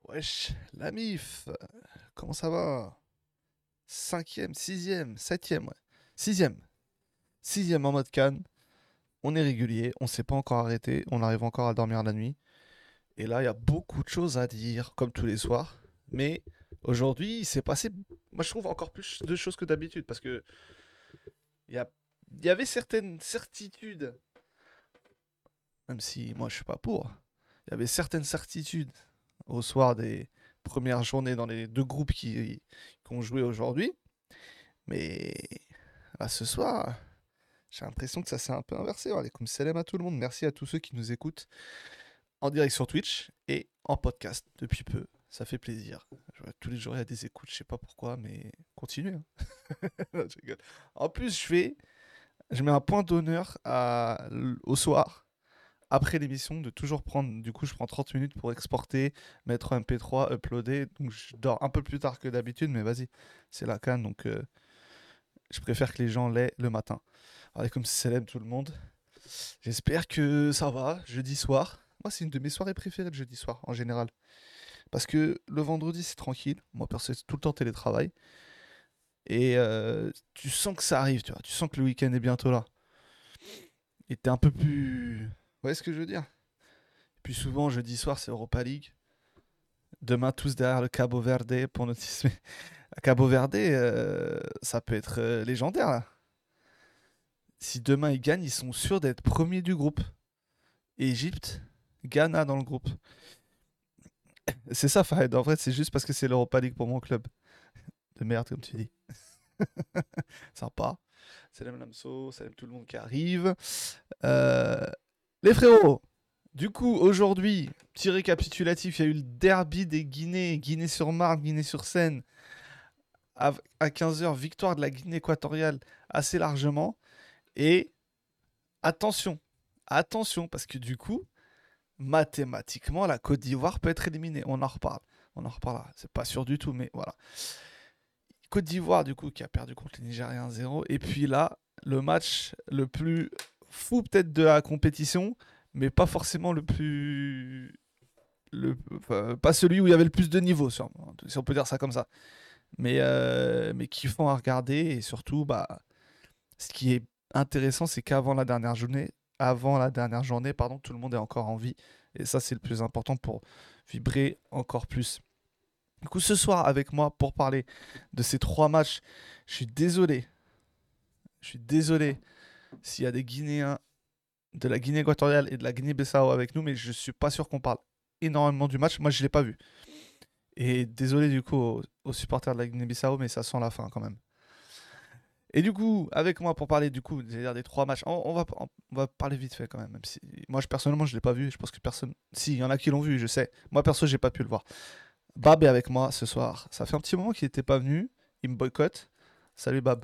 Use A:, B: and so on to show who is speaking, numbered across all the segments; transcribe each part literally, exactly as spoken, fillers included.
A: Wesh, la mif, comment ça va? Cinquième, sixième, septième, ouais. Sixième. Sixième en mode Cannes. On est régulier, on s'est pas encore arrêté, on arrive encore à dormir la nuit. Et là, il y a beaucoup de choses à dire, comme tous les soirs. Mais aujourd'hui, il s'est passé, moi je trouve, encore plus de choses que d'habitude. Parce que il y a- il y avait certaines certitudes, même si moi je suis pas pour, il y avait certaines certitudes au soir des premières journées dans les deux groupes qui, qui ont joué aujourd'hui. Mais là, ce soir, j'ai l'impression que ça s'est un peu inversé. Comme salam à tout le monde. Merci à tous ceux qui nous écoutent en direct sur Twitch et en podcast depuis peu. Ça fait plaisir. Je vois, tous les jours, il y a des écoutes. Je sais pas pourquoi, mais continuez, hein. Non, je rigole. En plus, je fais, je mets un point d'honneur à- au soir, après l'émission, de toujours prendre. Du coup, je prends trente minutes pour exporter, mettre en M P trois, uploader. Donc, je dors un peu plus tard que d'habitude, mais vas-y, c'est la canne. Donc, euh, je préfère que les gens l'aient le matin. Comme salam tout le monde. J'espère que ça va, jeudi soir. Moi, c'est une de mes soirées préférées le jeudi soir, en général. Parce que le vendredi, c'est tranquille. Moi, perso, c'est tout le temps télétravail. Et euh, tu sens que ça arrive, tu vois. Tu sens que le week-end est bientôt là. Et t'es un peu plus... Vous voyez ce que je veux dire? Et puis souvent, jeudi soir, c'est Europa League. Demain, tous derrière le Cabo Verde pour notice. Mais Cabo Verde, euh, ça peut être euh, légendaire, là. Si demain, ils gagnent, ils sont sûrs d'être premiers du groupe. Égypte, Ghana dans le groupe. C'est ça, Fahed. En vrai, c'est juste parce que c'est l'Europa League pour mon club. De merde, comme tu dis. Sympa. Salam Lamso, salam tout le monde qui arrive. Euh, Les frérots, du coup, aujourd'hui, petit récapitulatif, il y a eu le derby des Guinées, Guinée-sur-Marne, Guinée-sur-Seine. À à quinze heures, victoire de la Guinée équatoriale assez largement. Et attention, attention, parce que du coup, mathématiquement, la Côte d'Ivoire peut être éliminée. On en reparle. On en reparlera. C'est pas sûr du tout, mais voilà. Côte d'Ivoire, du coup, qui a perdu contre les Nigériens un zéro. Et puis là, le match le plus fou peut-être de la compétition, mais pas forcément le plus... Le... enfin, pas celui où il y avait le plus de niveau, sûrement, si on peut dire ça comme ça. Mais, euh, mais kiffant à regarder. Et surtout, bah, ce qui est intéressant, c'est qu'avant la dernière journée, avant la dernière journée, pardon, tout le monde est encore en vie. Et ça, c'est le plus important pour vibrer encore plus. Du coup, ce soir, avec moi, pour parler de ces trois matchs, je suis désolé. Je suis désolé s'il y a des Guinéens de la Guinée équatoriale et de la Guinée-Bissau avec nous, mais je suis pas sûr qu'on parle énormément du match. Moi, je l'ai pas vu. Et désolé du coup aux, aux supporters de la Guinée-Bissau, mais ça sent la fin quand même. Et du coup, avec moi pour parler du coup, dire des trois matchs, on, on va, on va parler vite fait quand même. Même si moi, je, personnellement, je l'ai pas vu. Je pense que personne. Si, il y en a qui l'ont vu, je sais. Moi, perso, j'ai pas pu le voir. Bab est avec moi ce soir. Ça fait un petit moment qu'il n'était pas venu. Il me boycotte. Salut Bab.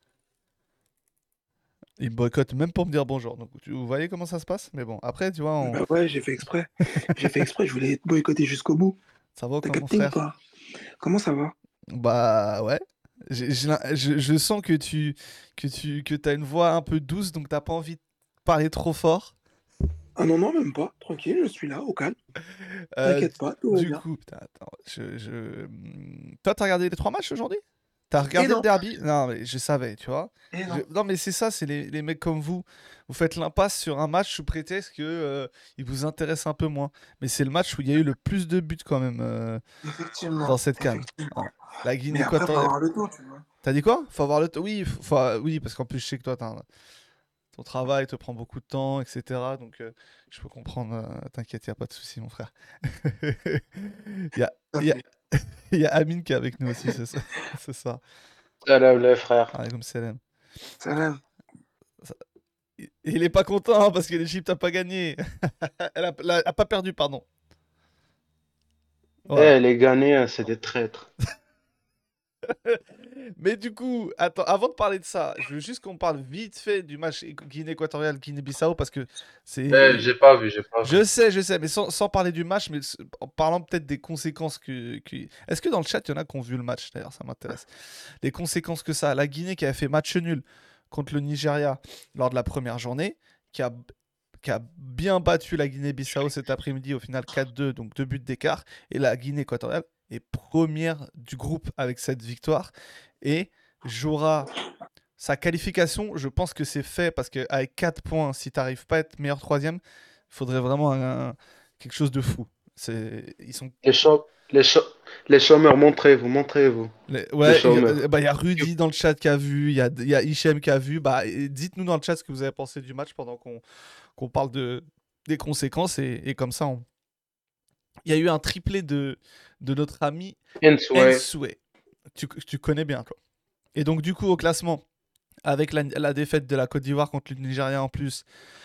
A: Il me boycotte même pour me dire bonjour. Donc, tu, vous voyez comment ça se passe? Mais bon, après, tu vois, on...
B: Bah ouais, j'ai fait exprès. J'ai fait exprès, je voulais te boycotter jusqu'au bout.
A: ça va
B: T'as
A: comme mon
B: capté ou
A: frère?
B: pas? Comment ça va?
A: Bah ouais. J'ai- j'ai l'im- je, je sens que tu que tu que t'as une voix un peu douce, donc t'as pas envie de parler trop fort.
B: Ah non, non, même pas. Tranquille, je suis là, au calme.
A: Euh,
B: T'inquiète pas, tout va
A: du
B: bien.
A: coup, putain, attends, je, je... hmm, toi, t'as regardé les trois matchs aujourd'hui? T'as
B: Et
A: regardé le
B: non,
A: derby? Non, mais je savais, tu vois.
B: et
A: Je-
B: non.
A: Non, mais c'est ça, c'est les, les mecs comme vous. Vous faites l'impasse sur un match sous prétexte que euh, il vous intéresse un peu moins. Mais c'est le match où il y a eu le plus de buts quand même euh,
B: Effectivement,
A: dans cette CAN.
B: effectivement.
A: La Guinée
B: Mais après, faut
A: équatoriale.
B: avoir le temps, tu vois.
A: T'as dit quoi? Faut avoir le temps. Oui, faut- faut- oui, parce qu'en plus, je sais que toi, t'as un- ton travail te prend beaucoup de temps, et cetera. Donc, euh, je peux comprendre. euh, T'inquiète, y a pas de souci, mon frère. Il y a,
B: Ça
A: il y a-
B: fait.
A: il y a Amine qui est avec nous aussi, c'est ça. C'est ça.
C: Salam les frères.
A: Alaykoum salam.
B: Salam.
A: Ça- Il il est pas content hein, parce que l'Égypte a pas gagné. Elle a, la- a pas perdu, pardon. Voilà.
C: Eh, les Ghanéens, c'est des traîtres.
A: Mais du coup, attends, avant de parler de ça, je veux juste qu'on parle vite fait du match Guinée équatoriale, Guinée-Bissau parce que
C: Eh,
A: c'est.
C: j'ai pas vu, j'ai pas vu.
A: Je sais, je sais, mais sans, sans parler du match, mais s- en parlant peut-être des conséquences que, que- Est-ce que dans le chat, il y en a qui ont vu le match, d'ailleurs, ça m'intéresse. Les conséquences que ça a. La Guinée qui avait fait match nul contre le Nigeria lors de la première journée, qui a, qui a bien battu la Guinée-Bissau cet après-midi, au final quatre deux, donc deux buts d'écart. Et la Guinée équatoriale est première du groupe avec cette victoire et jouera sa qualification. Je pense que c'est fait parce qu'avec quatre points, si tu n'arrives pas à être meilleur troisième, il faudrait vraiment un- quelque chose de fou. C'est, ils sont...
C: Les, chau- les, chau- les chômeurs, montrez-vous, montrez-vous.
A: les-
C: Les
A: Ouais, il y,
C: chômeurs.
A: a- bah, il y a Rudy dans le chat qui a vu, il y a, il y a Hichem qui a vu. Bah, et dites-nous dans le chat ce que vous avez pensé du match pendant qu'on qu'on parle de, des conséquences. Et, et comme ça, on... il y a eu un triplé de, de notre ami
C: Ensue.
A: Nsue. Tu, tu connais bien, toi. Et donc, du coup, au classement, avec la, la défaite de la Côte d'Ivoire contre le Nigeria en plus,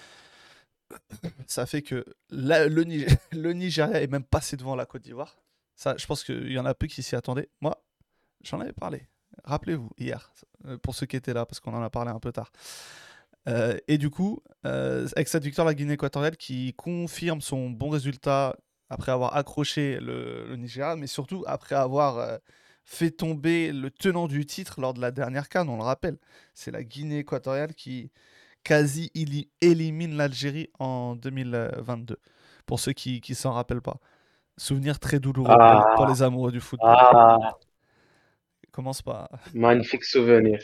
A: ça fait que la- le, Nige- le Nigeria est même passé devant la Côte d'Ivoire. Ça, je pense qu'il y en a peu qui s'y attendaient. Moi, j'en avais parlé. Rappelez-vous, hier, euh, pour ceux qui étaient là, parce qu'on en a parlé un peu tard. Euh, et du coup, euh, avec cette victoire, la Guinée équatoriale qui confirme son bon résultat après avoir accroché le, le Nigeria, mais surtout après avoir euh, fait tomber le tenant du titre lors de la dernière CAN, on le rappelle. C'est la Guinée équatoriale qui quasi ili- élimine l'Algérie en deux mille vingt-deux. Pour ceux qui ne s'en rappellent pas. Souvenir très douloureux pour les, pour
C: Ah,
A: les amoureux du football.
C: ah,
A: Commence pas.
C: magnifique souvenir.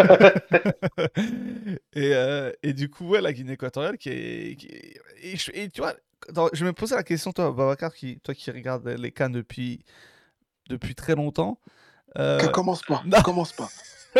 A: et, euh, et du coup, ouais, la Guinée équatoriale qui est. Qui est- et, je- et tu vois, dans- je me posais la question, toi, Babacar, qui, toi qui regardes les CAN depuis, depuis très longtemps.
B: Que
A: euh,
B: commence pas,
A: Non,
B: commence pas.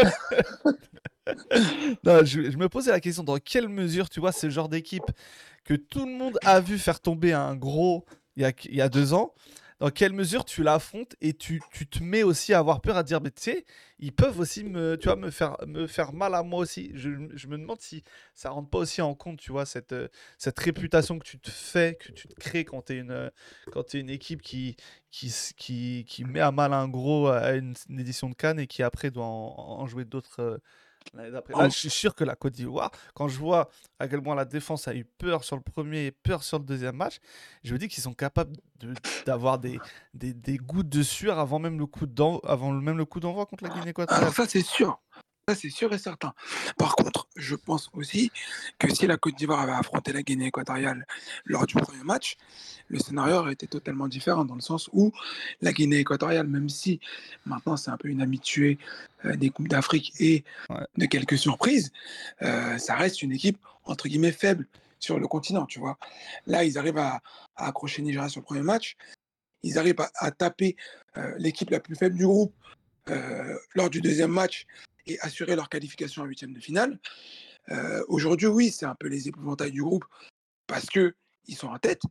A: non, je, je me posais la question, dans quelle mesure, tu vois, ce genre d'équipe que tout le monde a vu faire tomber un gros il y a, il y a deux ans, dans quelle mesure tu l'affrontes et tu, tu te mets aussi à avoir peur, à te dire, mais tu sais, ils peuvent aussi me, tu vois, me, faire, me faire mal à moi aussi. Je, je me demande si ça rentre pas aussi en compte, tu vois, cette, euh, cette réputation que tu te fais, que tu te crées quand tu es une, euh, quand t'es une équipe qui, qui, s- qui, qui met à mal un gros à une, une édition de Cannes et qui après doit en, en jouer d'autres euh, l'année d'après. Là,
B: En-
A: je suis sûr que la Côte d'Ivoire, quand je vois à quel point la défense a eu peur sur le premier et peur sur le deuxième match, je me dis qu'ils sont capables de- d'avoir des, des, des gouttes de sueur avant même le coup d'envoi, avant le- même le coup d'envoi contre la Guinée
B: Alors
A: équatoriale.
B: ça, c'est sûr. Ça, c'est sûr et certain. Par contre, je pense aussi que si la Côte d'Ivoire avait affronté la Guinée équatoriale lors du premier match, le scénario aurait été totalement différent dans le sens où la Guinée équatoriale, même si maintenant c'est un peu une habituée euh, des Coupes d'Afrique et
A: Ouais.
B: de quelques surprises, euh, ça reste une équipe entre guillemets faible sur le continent, tu vois. Là, ils arrivent à, à accrocher Nigeria sur le premier match, ils arrivent à, à taper euh, l'équipe la plus faible du groupe euh, lors du deuxième match et assurer leur qualification en huitième de finale. Euh, Aujourd'hui, oui, c'est un peu les épouvantails du groupe parce que ils sont en tête.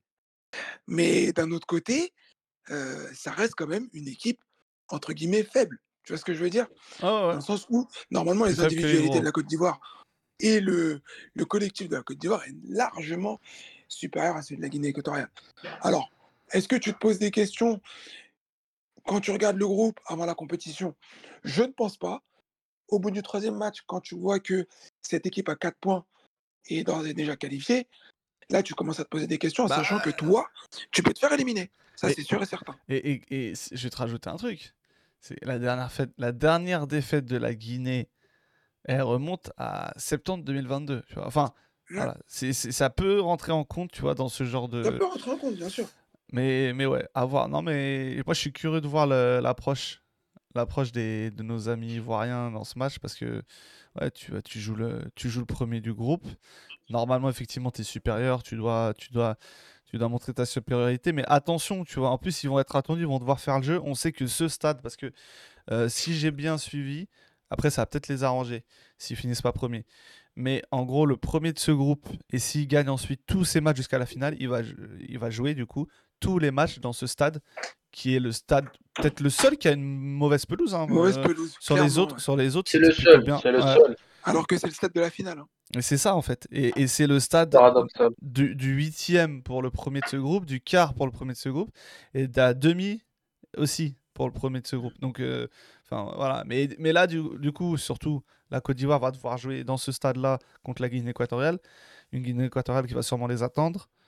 B: Mais d'un autre côté, euh, ça reste quand même une équipe entre guillemets faible. Tu vois ce que je veux dire?
A: Ah ouais,
B: Dans le sens où, normalement,
A: plus
B: les
A: faible que les
B: individualités de
A: gros.
B: la Côte d'Ivoire et le, le collectif de la Côte d'Ivoire est largement supérieur à celui de la Guinée équatoriale. Alors, est-ce que tu te poses des questions quand tu regardes le groupe avant la compétition? Je ne pense pas. Au bout du troisième match, quand tu vois que cette équipe a quatre points et d'ores et déjà qualifiée, là, tu commences à te poser des questions en
A: Bah,
B: sachant que toi, tu peux te faire éliminer. Ça,
A: mais,
B: c'est sûr et certain.
A: et, et, et c- je vais te rajouter un truc. C'est la dernière, fête, la dernière défaite de la Guinée, elle remonte à septembre deux mille vingt-deux. Tu vois. Enfin,
B: Ouais.
A: voilà, c'est, c'est- ça peut rentrer en compte, tu vois, dans ce genre
B: Ça
A: de,
B: peut rentrer en compte, bien sûr.
A: Mais, mais ouais, à voir. Non, mais moi, je suis curieux de voir le- l'approche l'approche des, de nos amis ivoiriens dans ce match parce que ouais, tu, tu, joues le, tu joues le premier du groupe. Normalement, effectivement, tu es supérieur. Tu dois, tu, dois, tu dois montrer ta supériorité. Mais attention, tu vois, en plus, ils vont être attendus, ils vont devoir faire le jeu. On sait que ce stade, parce que euh, si j'ai bien suivi, après, ça va peut-être les arranger s'ils finissent pas premier. Mais en gros, le premier de ce groupe, et s'il gagne ensuite tous ses matchs jusqu'à la finale, il va, il va jouer du coup tous les matchs dans ce stade, qui est le stade, peut-être le seul qui a une mauvaise pelouse. Hein,
B: Mauvaise
A: euh,
B: pelouse,
A: sur, les
B: clairement. Ouais.
A: autres, sur les autres,
C: C'est
A: c'était
C: le
A: plutôt
C: seul,
A: bien.
C: c'est le
A: Ouais.
C: seul.
B: Alors que c'est le stade de la finale. Hein.
A: Et c'est ça en fait. Et, et c'est le stade
C: Paradoxal.
A: du, du huitième pour le premier de ce groupe, du quart pour le premier de ce groupe, et de la demi aussi pour le premier de ce groupe. Donc, euh, enfin voilà. Mais, mais là, du, du coup, surtout, la Côte d'Ivoire va devoir jouer dans ce stade-là contre la Guinée équatoriale. Une Guinée équatoriale qui va sûrement les attendre.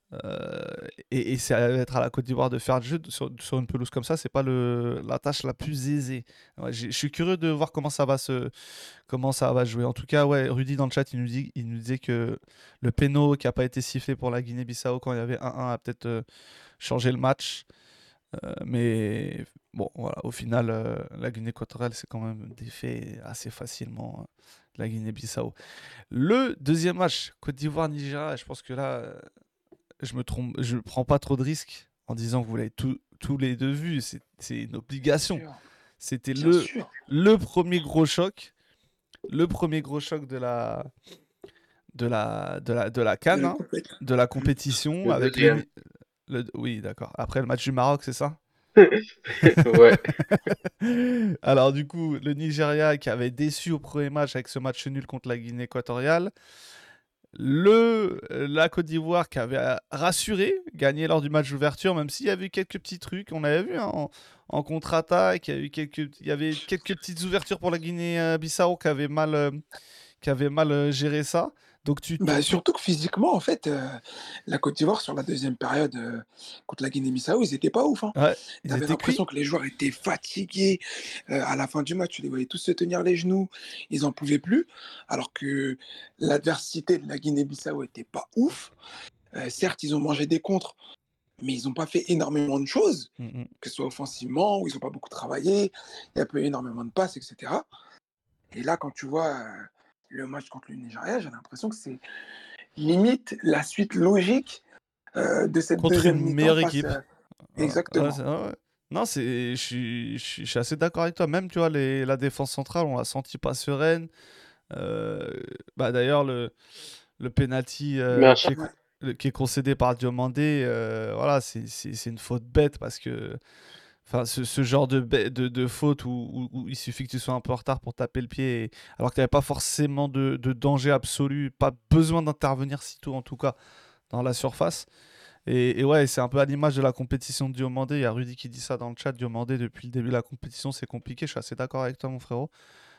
A: Euh, et, et ça va être à la Côte d'Ivoire de faire le jeu sur, sur une pelouse comme ça, c'est pas le, la tâche la plus aisée. Ouais, j'ai- je suis curieux de voir comment ça va se, comment ça va jouer. En tout cas, ouais, Rudy dans le chat, il nous dit, il nous disait que le péno qui a pas été sifflé pour la Guinée-Bissau quand il y avait un un a peut-être euh, changé le match. Euh, mais bon, voilà, au final, euh, la Guinée équatoriale, c'est quand même défait assez facilement euh, la Guinée-Bissau. Le deuxième match, Côte d'Ivoire-Nigeria, je pense que là, euh, je me trompe, je prends pas trop de risques en disant que vous l'avez tous tous les deux vu. C'est c'est une
B: Bien
A: obligation.
B: sûr,
A: C'était
B: bien
A: le,
B: sûr.
A: le premier gros choc, le premier gros choc de la, de la, de la, de la
B: De
A: CAN,
B: la
A: hein,
B: compète.
A: de la
B: Mhm.
A: compétition
C: Le
A: avec le,
C: deuxième.
A: Ni- le- oui, d'accord. Après le match du Maroc, c'est ça?
C: Ouais.
A: Alors du coup, le Nigeria qui avait déçu au premier match avec ce match nul contre la Guinée équatoriale. Le, la Côte d'Ivoire qui avait euh, rassuré, gagné lors du match d'ouverture, même s'il y avait eu quelques petits trucs, on avait vu hein, en, en contre-attaque, il y, a eu quelques, il y avait quelques petites ouvertures pour la Guinée-Bissau qui avait mal, euh, qui avait mal euh, géré ça. Donc tu, tu,
B: Bah,
A: tu-
B: surtout que physiquement, en fait, heu, la Côte d'Ivoire sur la deuxième période, heu, contre la Guinée-Bissau, ils étaient pas ouf, hein.
A: ouais,
B: Tu
A: ils
B: avais
A: étaient
B: l'impression
A: cuits.
B: que les joueurs étaient fatigués, heu, à la fin du match, tu les voyais tous se tenir les genoux, ils en pouvaient plus. Alors que l'adversité de la Guinée-Bissau était pas ouf. Heu, certes, ils ont mangé des contres, mais ils ont pas fait énormément de choses,
A: Mm, mm.
B: que ce soit offensivement, où ils ont pas beaucoup travaillé, il y a pas eu énormément de passes et cetera. Et là, quand tu vois, heu, le match contre le Nigeria, j'ai l'impression que c'est limite la suite logique euh, de cette
A: Contre une
B: deuxième mi-temps
A: meilleure
B: face
A: équipe.
B: à...
A: Voilà. Ouais, c'est-
B: Exactement.
A: ouais, ouais. Non, c'est, je suis, je suis je suis assez d'accord avec toi. Même, tu vois, les, la défense centrale, on l'a senti pas sereine. Euh, bah, d'ailleurs, le, le penalty
C: Mais à
A: euh, qui est,
C: chaque...
B: Ouais.
A: con- le- qui est concédé par Diomandé, euh, voilà, c'est c'est- c'est une faute bête parce que enfin, ce, ce genre de, bê- de, de faute où, où- où il suffit que tu sois un peu en retard pour taper le pied, et- alors que tu n'avais pas forcément de, de danger absolu, pas besoin d'intervenir si tôt en tout cas dans la surface. Et, et ouais, c'est un peu à l'image de la compétition de Diomandé. Il y a Rudy qui dit ça dans le chat. Diomandé, depuis le début de la compétition, c'est compliqué. Je suis assez d'accord avec toi, mon frérot.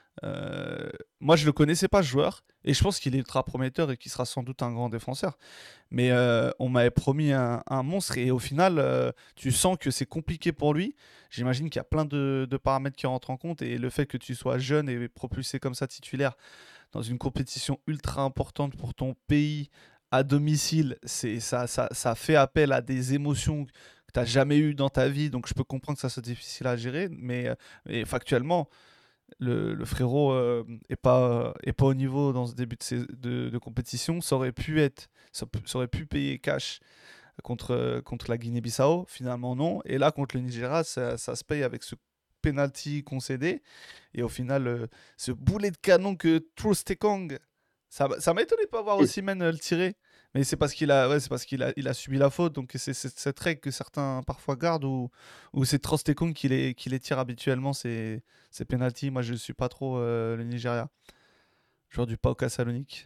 A: Euh, Moi, je le connaissais pas, ce joueur, et je pense qu'il est ultra prometteur et qu'il sera sans doute un grand défenseur. Mais euh, on m'avait promis un, un monstre, et au final, euh, tu sens que c'est compliqué pour lui. J'imagine qu'il y a plein de, de paramètres qui rentrent en compte, et le fait que tu sois jeune et propulsé comme ça titulaire dans une compétition ultra importante pour ton pays à domicile, c'est ça, ça, ça fait appel à des émotions que tu n'as jamais eues dans ta vie, donc je peux comprendre que ça soit difficile à gérer, mais, euh, mais factuellement, le, le frérot euh, est pas est pas au niveau dans ce début de, sais- de, de compétition. Ça aurait pu être, ça, peut- ça aurait pu payer cash contre contre la Guinée-Bissau. Finalement non. Et là contre le Nigeria, ça, ça se paye avec ce penalty concédé. Et au final, euh, ce boulet de canon que Trostekong, ça m'a- ça m'a étonné de pas voir Osimhen euh, le tirer. Mais c'est parce qu'il a, ouais, c'est parce qu'il a, il a subi la faute. Donc c'est c'est cette règle que certains parfois gardent, ou ou c'est Trostekong qui les, qui les tire habituellement, ces, ces pénaltys. Moi, je ne suis pas trop euh, le Nigeria. Joueur du P A O K Salonique.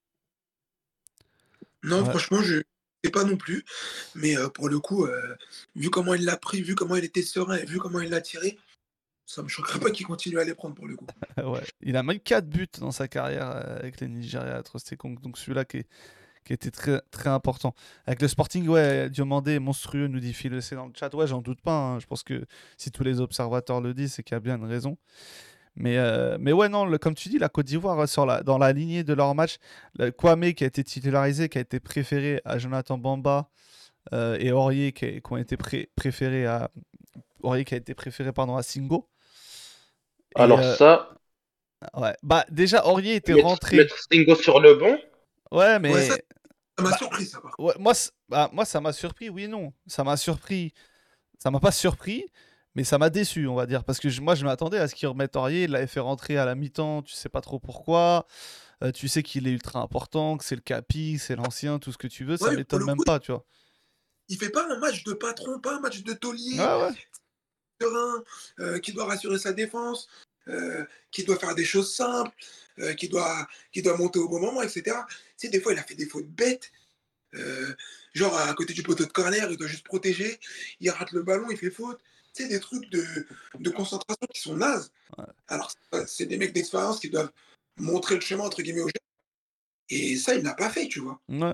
B: Non,
A: Ouais,
B: franchement, je ne sais pas non plus. Mais euh, pour le coup, euh, vu comment il l'a pris, vu comment il était serein et vu comment il l'a tiré, ça me choquerait pas qu'il continue à les prendre pour le coup.
A: ouais. Il a même quatre buts dans sa carrière euh, avec les Nigeria, Trostekong. Donc celui-là qui, est- qui était très, très important. Avec le Sporting, ouais, Diomandé est monstrueux, nous dit Phil E C dans le chat. Ouais, j'en doute pas, hein. Je pense que si tous les observateurs le disent, c'est qu'il y a bien une raison. Mais, euh, mais ouais, non, le- comme tu dis, la Côte d'Ivoire, euh, sur la, dans la lignée de leur match, le Kwame qui a été titularisé, qui a été préféré à Jonathan Bamba, euh, et Aurier qui, a- qui ont été pré- préférés à Aurier qui a été préféré pardon, à Singo. Et
C: Alors
A: euh,
C: ça,
A: ouais, bah déjà Aurier était
C: mettre,
A: rentré.
C: mettre Stingo sur le banc,
A: Ouais,
B: Ouais, ça,
A: mais
B: ça m'a
A: bah,
B: surpris, ça, par contre.
A: ouais, moi, c- bah, moi ça m'a surpris, oui et non. Ça m'a surpris. Ça m'a pas surpris, mais ça m'a déçu, on va dire, parce que je- moi je m'attendais à ce qu'il remette Aurier. Il l'avait fait rentrer à la mi-temps, tu sais pas trop pourquoi. Euh, tu sais qu'il est ultra important, que c'est le capi, c'est l'ancien, tout ce que tu veux. Ça
B: Ouais, pour
A: m'étonne
B: le
A: même
B: coup,
A: pas, tu vois.
B: il fait pas un match de patron, pas un match de
A: Ouais,
B: taulier,
A: ouais.
B: serein, euh, qui doit rassurer sa défense, euh, qui doit faire des choses simples, euh, qui, doit, qui doit monter au bon moment, et cetera. Tu sais, des fois, il a fait des fautes bêtes. Euh, genre à côté du poteau de corner, il doit juste protéger, il rate le ballon, il fait faute. C'est des trucs de, de concentration qui sont nazes. Alors, c'est des mecs d'expérience qui doivent montrer le chemin, entre guillemets, aux jeunes. Et ça, il n'a pas fait, tu vois.
A: Ouais.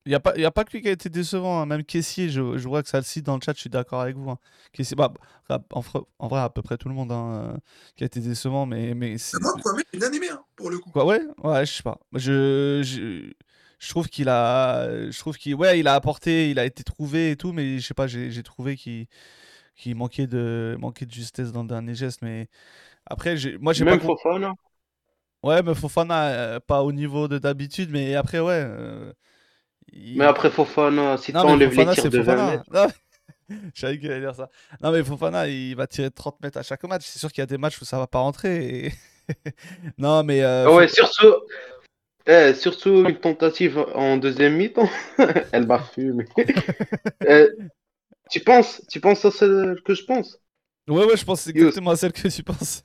A: Il n'y a, pas- y a pas que lui qui a été décevant, hein. Même Caissier, je, je vois que ça le cite dans le chat, je suis d'accord avec vous, hein. Caissier, bah, bah, en, fr- en vrai, à peu près tout le monde, hein, euh, qui a été décevant, mais, mais c'est-
B: Moi, Kwame, j'ai bien aimé, hein, pour le coup.
A: quoi, ouais, ouais, je sais pas. Je, je, je trouve qu'il a, je trouve qu'il, ouais, il a apporté, il a été trouvé et tout, mais je sais pas, j'ai j'ai trouvé qu'il qu'il manquait de, manquait de justesse dans le dernier geste, mais après, j'ai- moi, j'ai pas
C: Même
A: compris.
C: Fofana.
A: Ouais, mais Fofana, euh, pas au niveau de d'habitude, mais après, ouais. euh,
C: Mais
A: il-
C: après Fofana, si
A: Non,
C: tu
A: mais
C: enlèves les
A: Fofana,
C: tirs
A: c'est
C: de vingt
A: Fofana.
C: mètres.
A: Non, je savais qu'il allait dire ça. Non, mais Fofana, il va tirer trente mètres à chaque match. C'est sûr qu'il y a des matchs où ça va pas rentrer. et- Non, mais euh,
C: Ah ouais,
A: faut...
C: surtout, eh, surtout une tentative en deuxième mi-temps. Elle m'a fumé. Euh, tu penses, tu penses à ce que je pense?
A: Ouais, ouais, je pense
C: Yous.
A: exactement à celle que tu penses.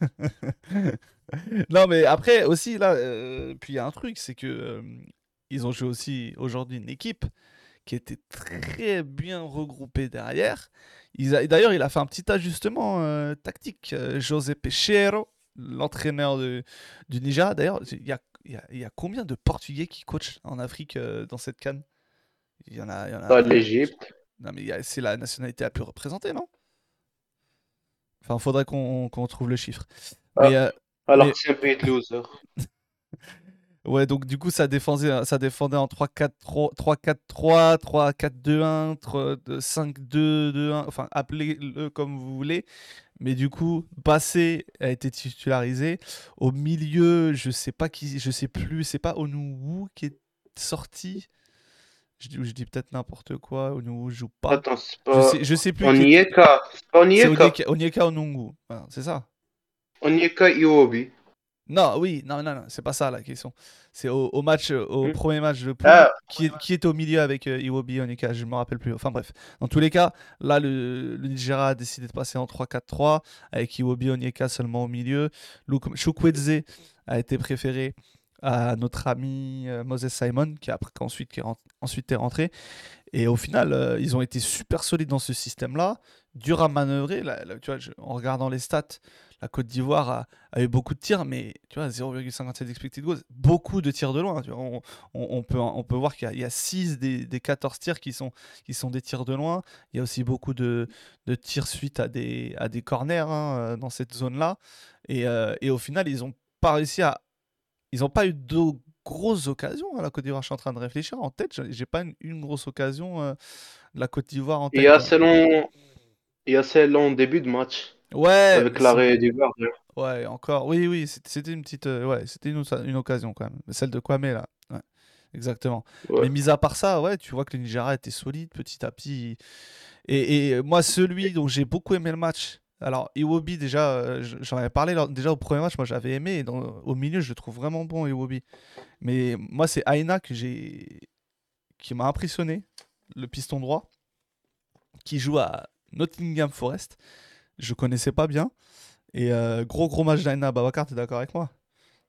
A: Non, mais après, aussi, là, euh, puis il y a un truc, c'est que euh, ils ont joué aussi aujourd'hui une équipe qui était très bien regroupée derrière. Ils a- D'ailleurs, il a fait un petit ajustement euh, tactique. euh, José Pecheiro, l'entraîneur de- du Nigeria. D'ailleurs, il y a, il y a- il y a combien de Portugais qui coachent en Afrique euh, dans cette CAN? Il y en a, il y en
C: T'as
A: a...
C: l'Égypte.
A: Non, mais il y a- c'est la nationalité la plus représentée, non? Enfin, faudrait qu'on qu'on trouve le chiffre.
C: Ah,
A: Mais, euh,
C: alors
A: mais
C: que c'est un pays de loser.
A: ouais, donc du coup, ça défendait, ça défendait en trois quatre trois, trois quatre trois, trois quatre deux un, cinq deux deux un, enfin, appelez-le comme vous voulez. Mais du coup, Bassé a été titularisé. Au milieu, je sais pas qui, je sais plus, c'est pas Onuwu qui est sorti. Je dis, je dis peut-être n'importe quoi, Onuwu joue pas.
C: Attends, c'est
A: Je
C: pas
A: sais, je sais plus qui était.
C: Onyeka. C'est pas
A: C'est
C: Onyeka.
A: Onyeka, Onyeka Onungu. Voilà, c'est ça.
C: Onyeka Iwobi.
A: Non, oui, non, non, non, c'est pas ça la question. C'est au, au match, euh, au
C: Hmm.
A: premier match de poule,
C: Ah,
A: qui, est- qui est au milieu avec euh, Iwobi Onyeka, je me rappelle plus. Enfin bref, dans tous les cas, là, le, le Nigeria a décidé de passer en trois quatre trois, avec Iwobi Onyeka seulement au milieu. Luke- Chukwueze a été préféré à notre ami euh, Moses Simon, qui a après, ensuite, qui est rentré, ensuite est rentré. Et au final, euh, ils ont été super solides dans ce système-là, dur à manœuvrer. Là, là, tu vois, je- en regardant les stats, la Côte d'Ivoire a, a eu beaucoup de tirs, mais tu vois, zéro virgule cinquante-sept expected goals, beaucoup de tirs de loin. Tu vois. On, on- on peut, on peut voir qu'il y a, il y a six des, des quatorze tirs qui sont, qui sont des tirs de loin. Il y a aussi beaucoup de, de tirs suite à des, à des corners, hein, euh, dans cette zone-là. Et, euh, et au final, ils n'ont pas réussi à ils n'ont pas eu de grosses occasions à la Côte d'Ivoire. Je suis en train de réfléchir en tête. J'ai j'ai pas une, une grosse occasion euh, de la Côte d'Ivoire en
C: il y
A: tête,
C: a
A: hein.
C: selon, il y a selon début de match.
A: Ouais,
C: Avec
A: mais c'est-
C: l'arrêt du gardien.
A: ouais, encore. Oui, oui, c'était c'était une petite, euh, ouais, c'était une, oca- une occasion quand même. Celle de Kwame là. Ouais, exactement.
C: Ouais.
A: Mais mis à part ça, ouais, tu vois que le Nigeria était solide petit à petit. Et, et moi, celui dont j'ai beaucoup aimé le match. Alors, Iwobi, déjà, euh, j- j'en avais parlé lors- déjà au premier match, moi j'avais aimé. Et dans- au milieu, je le trouve vraiment bon, Iwobi. Mais moi, c'est Aina que j'ai qui m'a impressionné, le piston droit, qui joue à Nottingham Forest. Je connaissais pas bien. Et euh, gros gros match d'Aina Babacar, t'es d'accord avec moi?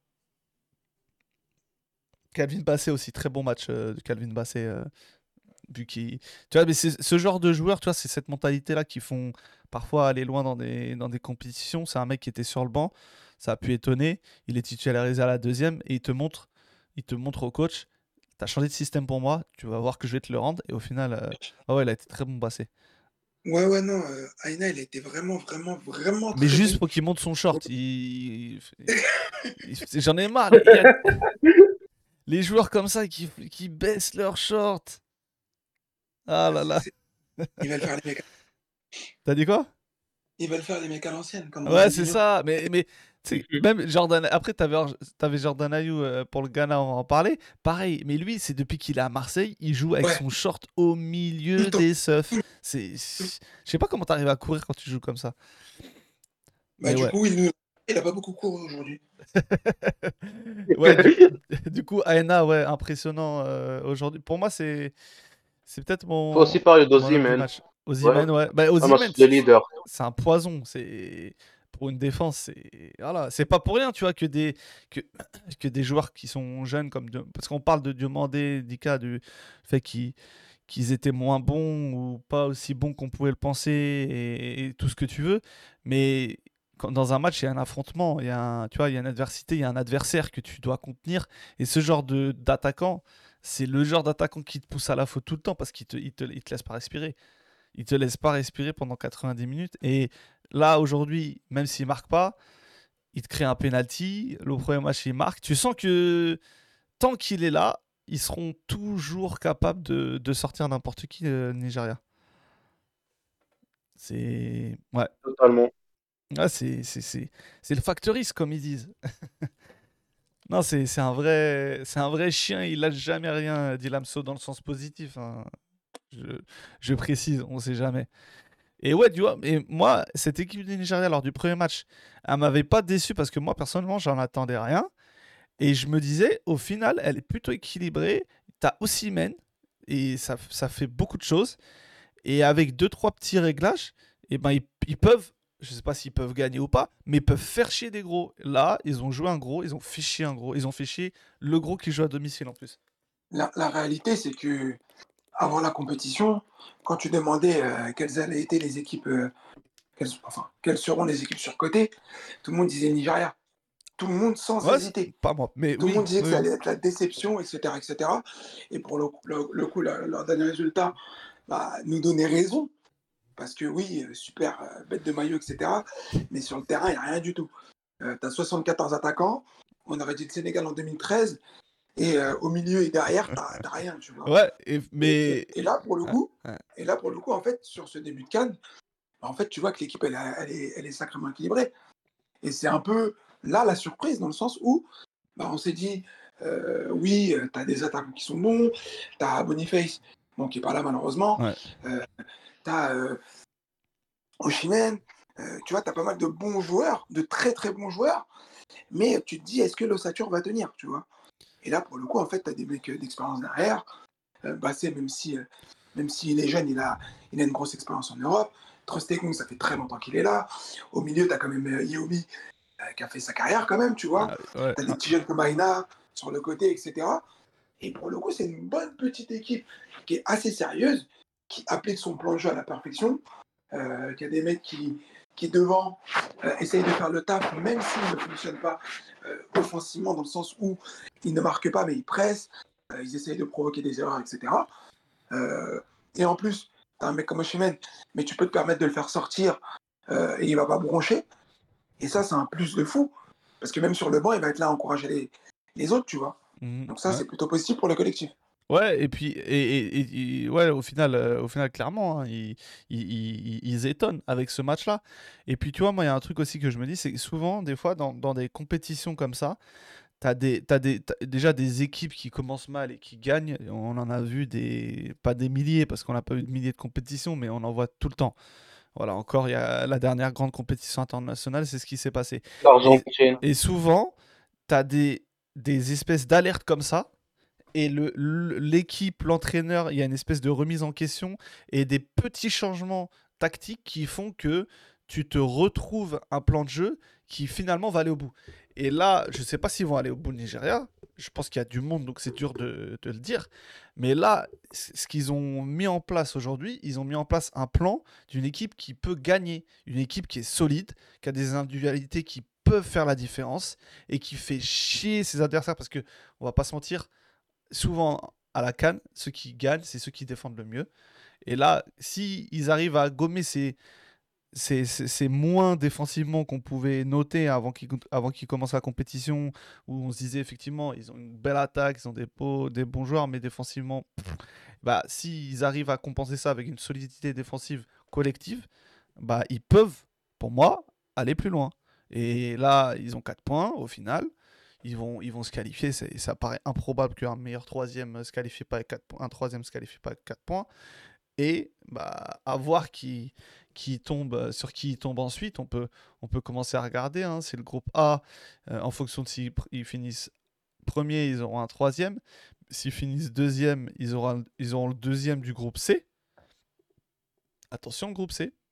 A: Calvin Bassé aussi, très bon match euh, de Calvin Bassé. euh, vu qu'il- Tu vois, mais c'est ce genre de joueur, tu vois, c'est cette mentalité-là qui font parfois aller loin dans des, dans des compétitions. C'est un mec qui était sur le banc, ça a pu étonner. Il est titularisé à la deuxième et il te montre, il te montre au coach, t'as changé de système pour moi, tu vas voir que je vais te le rendre. Et au final, euh, ah ouais, il a été très bon Bassé.
B: Ouais, ouais, non, euh, Aina, il a été vraiment, vraiment, vraiment
A: Mais
B: très
A: juste
B: bon.
A: pour qu'il monte son short, il... il- il- j'en ai marre. Il y a les joueurs comme ça qui, qui baissent leur short. Ah
B: Ah,
A: là
B: c'est-
A: là.
B: c'est- Ils veulent faire les mecs,
A: T'as dit quoi?
B: ils veulent faire les mecs à l'ancienne, comme
A: Ouais, c'est
B: Ronaldinho.
A: ça. Mais, mais tu sais,
C: Mhm.
A: même Jordan. Après, t'avais, t'avais Jordan Ayew euh, pour le Ghana, on va en parler. Pareil. Mais lui, c'est depuis qu'il est à Marseille, il joue avec
B: Ouais,
A: son short au
B: tout le
A: milieu
B: temps.
A: des seufs. C'est, c'est- je sais pas comment t'arrives à courir quand tu joues comme ça.
B: Bah,
A: Mais
B: du
A: ouais.
B: coup, il nous... il a pas beaucoup couru aujourd'hui.
A: Ouais, du, du coup, Aena, ouais, impressionnant euh, aujourd'hui. Pour moi, c'est, c'est peut-être
C: Faut aussi
A: mon,
C: parler
A: mon homme du
C: d'Osimhen.
A: match.
C: Ouais,
A: Osimhen, ouais. Bah,
C: un
A: Osimhen,
C: match de
A: c'est
C: leader.
A: c'est un poison. C'est pour une défense, c'est voilà, c'est pas pour rien, tu vois, que des que, que des joueurs qui sont jeunes comme de- parce qu'on parle de Diomandé, Dika, du fait qu'ils qu'ils étaient moins bons ou pas aussi bons qu'on pouvait le penser et, et tout ce que tu veux, mais quand, dans un match, il y a un affrontement, il y a un, tu vois, il y a une adversité, il y a un adversaire que tu dois contenir et ce genre de d'attaquant, c'est le genre d'attaquant qui te pousse à la faute tout le temps parce qu'il te, il te, il te laisse pas respirer. Il te laisse pas respirer pendant quatre-vingt-dix minutes. Et là, aujourd'hui, même s'il marque pas, il te crée un penalty. Le premier match, il marque. Tu sens que tant qu'il est là, ils seront toujours capables de, de sortir n'importe qui, euh, Nigeria. C'est. Ouais.
C: Totalement.
A: Ouais, c'est, c'est, c'est, c'est le factoriste, comme ils disent. Non, c'est, c'est un vrai, c'est un vrai chien. Il lâche jamais rien, dit Lamso, dans le sens positif, hein. Je, je précise, on sait jamais. Et ouais, tu vois, mais moi, cette équipe du Nigeria, lors du premier match, elle m'avait pas déçu parce que moi, personnellement, j'en attendais rien. Et je me disais, au final, elle est plutôt équilibrée. T'as Osimhen, et ça, ça fait beaucoup de choses. Et avec deux, trois petits réglages, et ben, ils, ils peuvent, je sais pas s'ils peuvent gagner ou pas, mais ils peuvent faire chier des gros. Là, ils ont joué un gros, ils ont fait chier un gros. Ils ont fait chier le gros qui joue à domicile en plus.
B: La, la réalité, c'est que avant la compétition, quand tu demandais euh, quelles allaient être les équipes, euh, quelles, enfin, quelles seront les équipes surcotées, tout le monde disait Nigeria. Tout le monde sans
A: Ouais, c'est-
B: hésiter.
A: pas moi, mais
B: Tout le monde
A: oui,
B: disait que
A: oui,
B: ça
A: oui.
B: allait être la déception, et cetera, et cetera. Et pour le, le- le coup, la- leur dernier résultat bah, nous donnait raison. Parce que oui, euh, super euh, bête de maillot, et cetera. Mais sur le terrain, il n'y a rien du tout. Euh, tu as soixante-quatorze attaquants. On aurait dit le Sénégal en deux mille treize. Et euh, au milieu et derrière, tu n'as rien, tu vois.
A: Ouais, et-
B: Et,
A: mais.
B: et- et là, pour le
A: Ouais,
B: coup,
A: ouais.
B: et là, pour le coup, en fait, sur ce début de CAN, bah, en fait, tu vois que l'équipe, elle, a- elle est, elle est sacrément équilibrée. Et c'est un peu là la surprise, dans le sens où bah, on s'est dit, euh, oui, tu as des attaquants qui sont bons, tu as Boniface, bon, qui n'est pas là malheureusement,
A: Ouais.
B: euh, tu as euh, Osimhen, euh, tu vois, tu as pas mal de bons joueurs, de très très bons joueurs, mais tu te dis, est-ce que l'ossature va tenir, tu vois? Et là, pour le coup, en fait, tu as des mecs euh, d'expérience derrière. Euh, Bassé, même si, euh, même s'il est jeune, il a, il a une grosse expérience en Europe. Trostekong, ça fait très longtemps qu'il est là. Au milieu, tu as quand même euh, Yomi, euh, qui a fait sa carrière quand même, tu vois.
A: Ah, ouais.
B: Tu as des
A: Ah,
B: petits jeunes comme Aina sur le côté, et cetera. Et pour le coup, c'est une bonne petite équipe qui est assez sérieuse, qui applique son plan de jeu à la perfection, euh, qui a des mecs qui, qui devant, euh, essayent de faire le taf, même s'ils ne fonctionnent pas euh, offensivement, dans le sens où ils ne marquent pas, mais ils pressent, euh, ils essayent de provoquer des erreurs, et cetera. Euh, et en plus, tu as un mec comme Osimhen, mais tu peux te permettre de le faire sortir euh, et il va pas broncher. Et ça, c'est un plus de fou. Parce que même sur le banc, il va être là à encourager les, les autres, tu vois.
A: mhm,
B: Donc ça,
A: ouais.
B: c'est plutôt positif pour le collectif.
A: Ouais, et puis, et, et- et- et- ouais, au final, euh, au final clairement, hein, ils, ils, ils- ils étonnent avec ce match-là. Et puis, tu vois, moi, il y a un truc aussi que je me dis, c'est que souvent, des fois, dans, dans des compétitions comme ça, t'as des, t'as des, t'as déjà des équipes qui commencent mal et qui gagnent. Et on en a vu des, pas des milliers, parce qu'on n'a pas eu de milliers de compétitions, mais on en voit tout le temps. Voilà, encore, il y a la dernière grande compétition internationale, c'est ce qui s'est passé. Et,
C: L'Argentine.
A: et souvent, t'as des, des espèces d'alertes comme ça et le- le- l'équipe, l'entraîneur, il y a une espèce de remise en question et des petits changements tactiques qui font que tu te retrouves un plan de jeu qui finalement va aller au bout. Et là, je ne sais pas s'ils vont aller au bout le Nigeria. Je pense qu'il y a du monde, donc c'est dur de, de le dire. Mais là, c- ce qu'ils ont mis en place aujourd'hui, ils ont mis en place un plan d'une équipe qui peut gagner, une équipe qui est solide, qui a des individualités qui peuvent faire la différence et qui fait chier ses adversaires parce que on va pas se mentir, souvent à la CAN, ceux qui gagnent, c'est ceux qui défendent le mieux. Et là, si ils arrivent à gommer ces, ces, ces- ces moins défensivement qu'on pouvait noter avant qu'ils avant qu'ils commencent la compétition, où on se disait effectivement, ils ont une belle attaque, ils ont des, beaux, des bons joueurs, mais défensivement, pff, bah, s'ils arrivent à compenser ça avec une solidité défensive collective, bah, ils peuvent, pour moi, aller plus loin. Et là, ils ont quatre points au final. Ils vont, ils vont se qualifier. C'est- Ça paraît improbable qu'un meilleur troisième se qualifie pas avec quatre points, un troisième se qualifie pas avec quatre points. Et bah, à voir qui, qui tombe, sur qui il tombe ensuite. On peut, on peut commencer à regarder. Hein. C'est le groupe A. Euh, en fonction de s'ils pr- ils finissent premier, ils auront un troisième. S'ils finissent deuxième, ils auront, ils auront le deuxième du groupe C. Attention, le groupe C.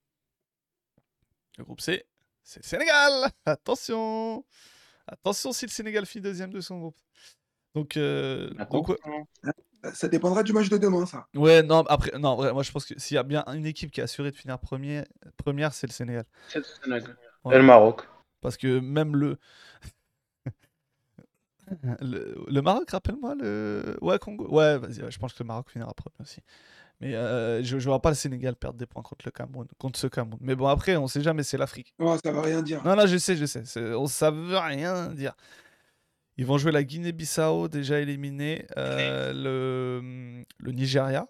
A: Le groupe C, c'est le Sénégal. Attention. Attention si le Sénégal finit deuxième de son groupe. Donc, euh, donc ouais.
C: Attention.
B: Ça dépendra du match de demain, ça.
A: Ouais, non, après, non, vrai, moi je pense que s'il y a bien une équipe qui est assurée de finir premier, première, c'est le Sénégal.
C: C'est le Sénégal.
A: Ouais.
C: Et le Maroc.
A: Parce que même le. Le, le Maroc, rappelle-moi le. Ouais, Congo. Ouais, vas-y, ouais, je pense que le Maroc finira premier aussi. Mais euh, je ne vois pas le Sénégal perdre des points contre le Cameroun, contre ce Cameroun. Mais bon, après, on sait jamais, c'est l'Afrique.
B: Oh, ça va rien dire.
A: Non, non, je sais, je sais. c'est- on- Ça veut rien dire. Ils vont jouer la Guinée-Bissau, déjà éliminée, euh, le, le Nigeria.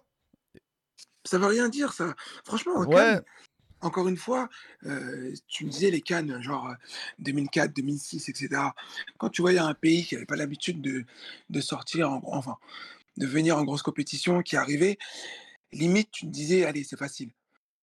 B: Ça va rien dire, ça. Franchement, en
A: Ouais,
B: CAN, encore une fois, euh, tu me disais les CAN, genre euh, deux mille quatre, deux mille six, et cetera. Quand tu voyais un pays qui n'avait pas l'habitude de, de sortir, en, enfin, de venir en grosse compétition, qui arrivait, limite, tu te disais, allez, c'est facile.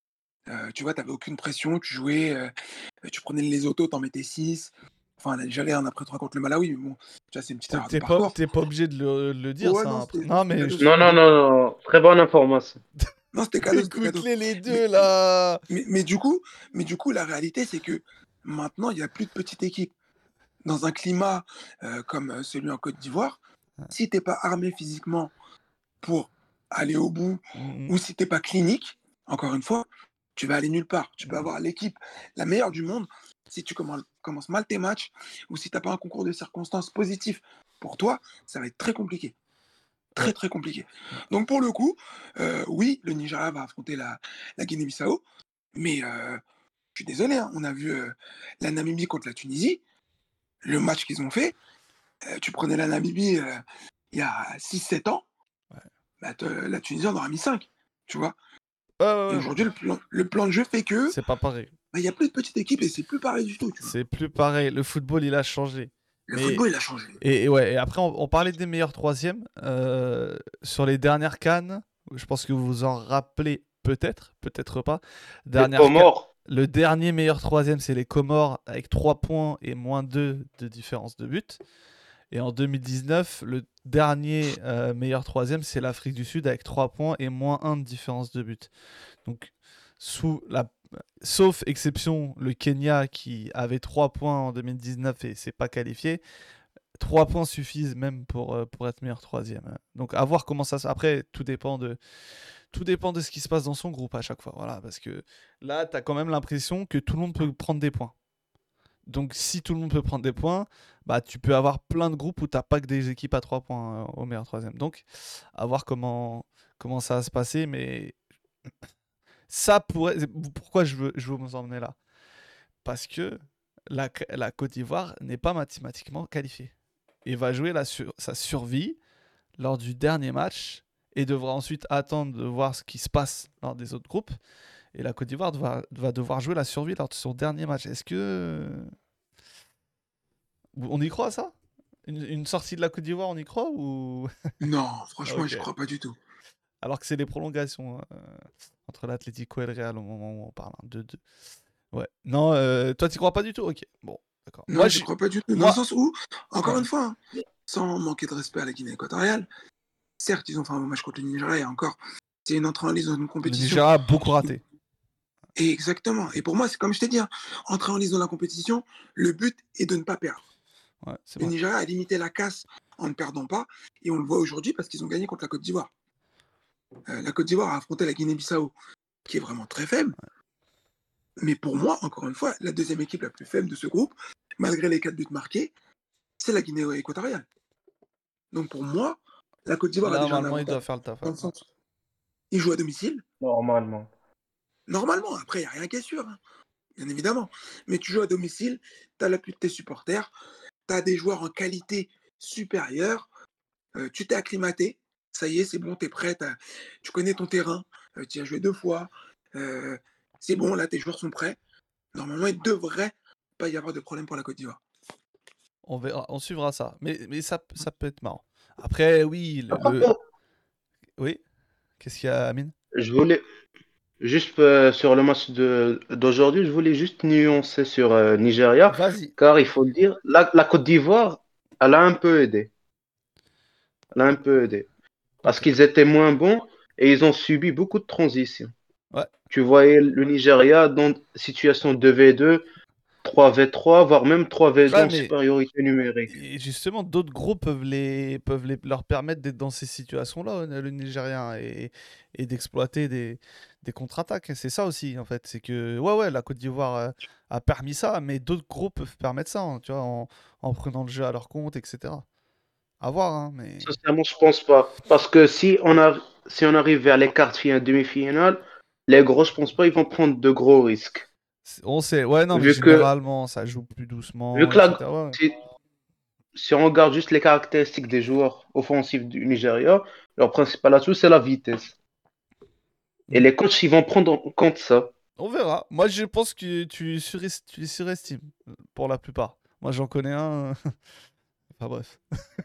B: Euh, tu vois, tu n'avais aucune pression, tu jouais, euh, tu prenais les autos, t'en mettais six. Enfin, j'allais en après trois contre le Malawi, mais bon, tu vois, c'est une petite
A: t'es
B: erreur de
A: t'es pas,
B: parcours.
A: t'es pas obligé de le, le dire,
B: Ouais,
A: ça,
B: non,
A: hein, après.
B: c'était
A: Non,
B: c'était
A: mais
B: cadeau,
A: je-
C: Non,
B: c'était
C: non,
B: cadeau.
C: non, non. Très bonne information.
B: Non, c'était cadeau, c'était cadeau.
A: écoute-les les
B: Mais,
A: deux, là.
B: mais, mais du coup, mais du coup, la réalité, c'est que maintenant, il n'y a plus de petites équipes. Dans un climat euh, comme euh, celui en Côte d'Ivoire, si t'es pas armé physiquement pour aller au bout,
A: Mhm.
B: ou si t'es pas clinique, encore une fois, tu vas aller nulle part. Tu peux
A: Mhm.
B: avoir l'équipe la meilleure du monde. Si tu commen- commences mal tes matchs, ou si t'as pas un concours de circonstances positif pour toi, ça va être très compliqué. Très
A: Ouais.
B: très compliqué. Donc pour le coup, euh, oui, le Nigeria va affronter la, la Guinée-Bissau, mais euh, je suis désolé, hein, on a vu euh, la Namibie contre la Tunisie, le match qu'ils ont fait. Euh, tu prenais la Namibie euh, il y a six sept ans,
A: Ouais.
B: bah, te- la Tunisie en aura mis cinq, tu vois.
A: Ouais, ouais,
B: Et
A: ouais,
B: aujourd'hui, le plan, le plan de jeu fait que
A: c'est pas pareil.
B: bah, il n'y a plus de petites équipes et c'est plus pareil du tout, tu vois.
A: C'est plus pareil. Le football, il a changé.
B: Le
A: Mais
B: football, il a changé.
A: et, et ouais. Et après, on, on parlait des meilleurs troisièmes euh, sur les dernières cannes. Je pense que vous vous en rappelez peut-être, peut-être pas.
C: Les
A: Dernière ca-
C: Comores.
A: Le dernier meilleur troisième, c'est les Comores avec trois points et moins deux de différence de but. Et en deux mille dix-neuf, le dernier euh, meilleur troisième, c'est l'Afrique du Sud avec trois points et moins un de différence de but. Donc, sous la... sauf exception, le Kenya qui avait trois points en deux mille dix-neuf et s'est pas qualifié, trois points suffisent même pour, euh, pour être meilleur troisième. Donc, à voir comment ça se... Après, tout dépend de... Tout dépend de ce qui se passe dans son groupe à chaque fois. Voilà, parce que là, tu as quand même l'impression que tout le monde peut prendre des points. Donc, si tout le monde peut prendre des points, bah, tu peux avoir plein de groupes où tu n'as pas que des équipes à trois points euh, au meilleur troisième. Donc, à voir comment, comment ça va se passer. Mais ça pourrait. Pourquoi je veux, je veux vous emmener là? Parce que la, la Côte d'Ivoire n'est pas mathématiquement qualifiée. Et va jouer la sur, sa survie lors du dernier match et devra ensuite attendre de voir ce qui se passe lors des autres groupes. Et la Côte d'Ivoire va, va devoir jouer la survie lors de son dernier match. Est-ce que. On y croit à ça? une, une sortie de la Côte d'Ivoire, on y croit ou...
B: Non, franchement,
A: Ok.
B: je crois pas du tout.
A: Alors que c'est les prolongations euh, entre l'Atlético et le Real au moment où on parle. Hein, de, de... Ouais. Non, euh, toi, tu crois pas du tout? Ok. Bon, d'accord. Moi,
B: Non, je
A: je...
B: crois pas du tout. Dans le
A: Moi...
B: sens où, encore
A: Ouais.
B: une fois, hein, sans manquer de respect à la Guinée équatoriale, certes, ils ont fait un bon match contre le Nigeria et encore, c'est une entrée en lice dans une
A: Le
B: compétition.
A: Nigeria a beaucoup raté.
B: Et exactement. Et pour moi, c'est comme je t'ai dit, hein, entrer en lice dans la compétition, le but est de ne pas perdre.
A: Ouais, c'est
B: Le
A: vrai.
B: Nigeria a limité la casse en ne perdant pas, et on le voit aujourd'hui parce qu'ils ont gagné contre la Côte d'Ivoire. Euh, la Côte d'Ivoire a affronté la Guinée-Bissau, qui est vraiment très faible. Mais pour moi, encore une fois, la deuxième équipe la plus faible de ce groupe, malgré les quatre buts marqués, c'est la Guinée équatoriale. Donc pour moi, la Côte d'Ivoire a
A: Là,
B: déjà un
A: normalement, il doit
B: avantage.
A: faire le taf.
B: Dans
A: Ouais.
B: le sens, ils jouent à domicile.
C: Normalement.
B: Normalement, après, il n'y a rien qui est sûr, hein, bien évidemment. Mais tu joues à domicile, tu as l'appui de tes supporters, tu as des joueurs en qualité supérieure, euh, tu t'es acclimaté, ça y est, c'est bon, tu es prêt, t'as- tu connais ton terrain, euh, tu y as joué deux fois, euh, c'est bon, là, tes joueurs sont prêts. Normalement, il ne devrait pas y avoir de problème pour la Côte d'Ivoire.
A: On verra, on suivra ça. Mais, mais ça, ça peut être marrant. Après, oui, le...
C: Par
A: le-
C: contre,
A: Oui. Qu'est-ce qu'il y a, Amine?
C: je voulais, juste euh, sur le match de d'aujourd'hui, je voulais juste nuancer sur euh, Nigeria,
A: Vas-y.
C: car il faut le dire, la, la Côte d'Ivoire, elle a un peu aidé. Elle a un peu aidé. Parce
A: Ok.
C: qu'ils étaient moins bons et ils ont subi beaucoup de transitions.
A: Ouais.
C: Tu voyais le Nigeria dans situation deux v deux, trois v trois, voire même trois v deux
A: Ouais,
C: en
A: mais
C: supériorité numérique.
A: et justement, d'autres groupes peuvent, les, peuvent les, leur permettre d'être dans ces situations-là, euh, le Nigérien, et, et d'exploiter des, des contre-attaques. C'est ça aussi, en fait. C'est que, ouais, ouais, la Côte d'Ivoire euh, a permis ça, mais d'autres groupes peuvent permettre ça, hein, tu vois, en, en prenant le jeu à leur compte, et cetera. À voir, hein, mais...
C: Sincèrement, je pense pas. Parce que si on, a, si on arrive vers les quarts de finale, demi-finale, les gros, je pense pas ils vont prendre de gros risques.
A: On sait, ouais, non, mais
C: Vu que,
A: généralement, ça joue plus
C: vu
A: doucement,
C: que la,
A: et cetera. Ouais.
C: si, si on regarde juste les caractéristiques des joueurs offensifs du Nigeria, leur principal atout, c'est la vitesse. Et
A: Mm.
C: les coachs, ils vont prendre en compte ça.
A: On verra. Moi, je pense que tu, sures- tu les surestimes, euh, pour la plupart. Moi, j'en connais un... enfin bref,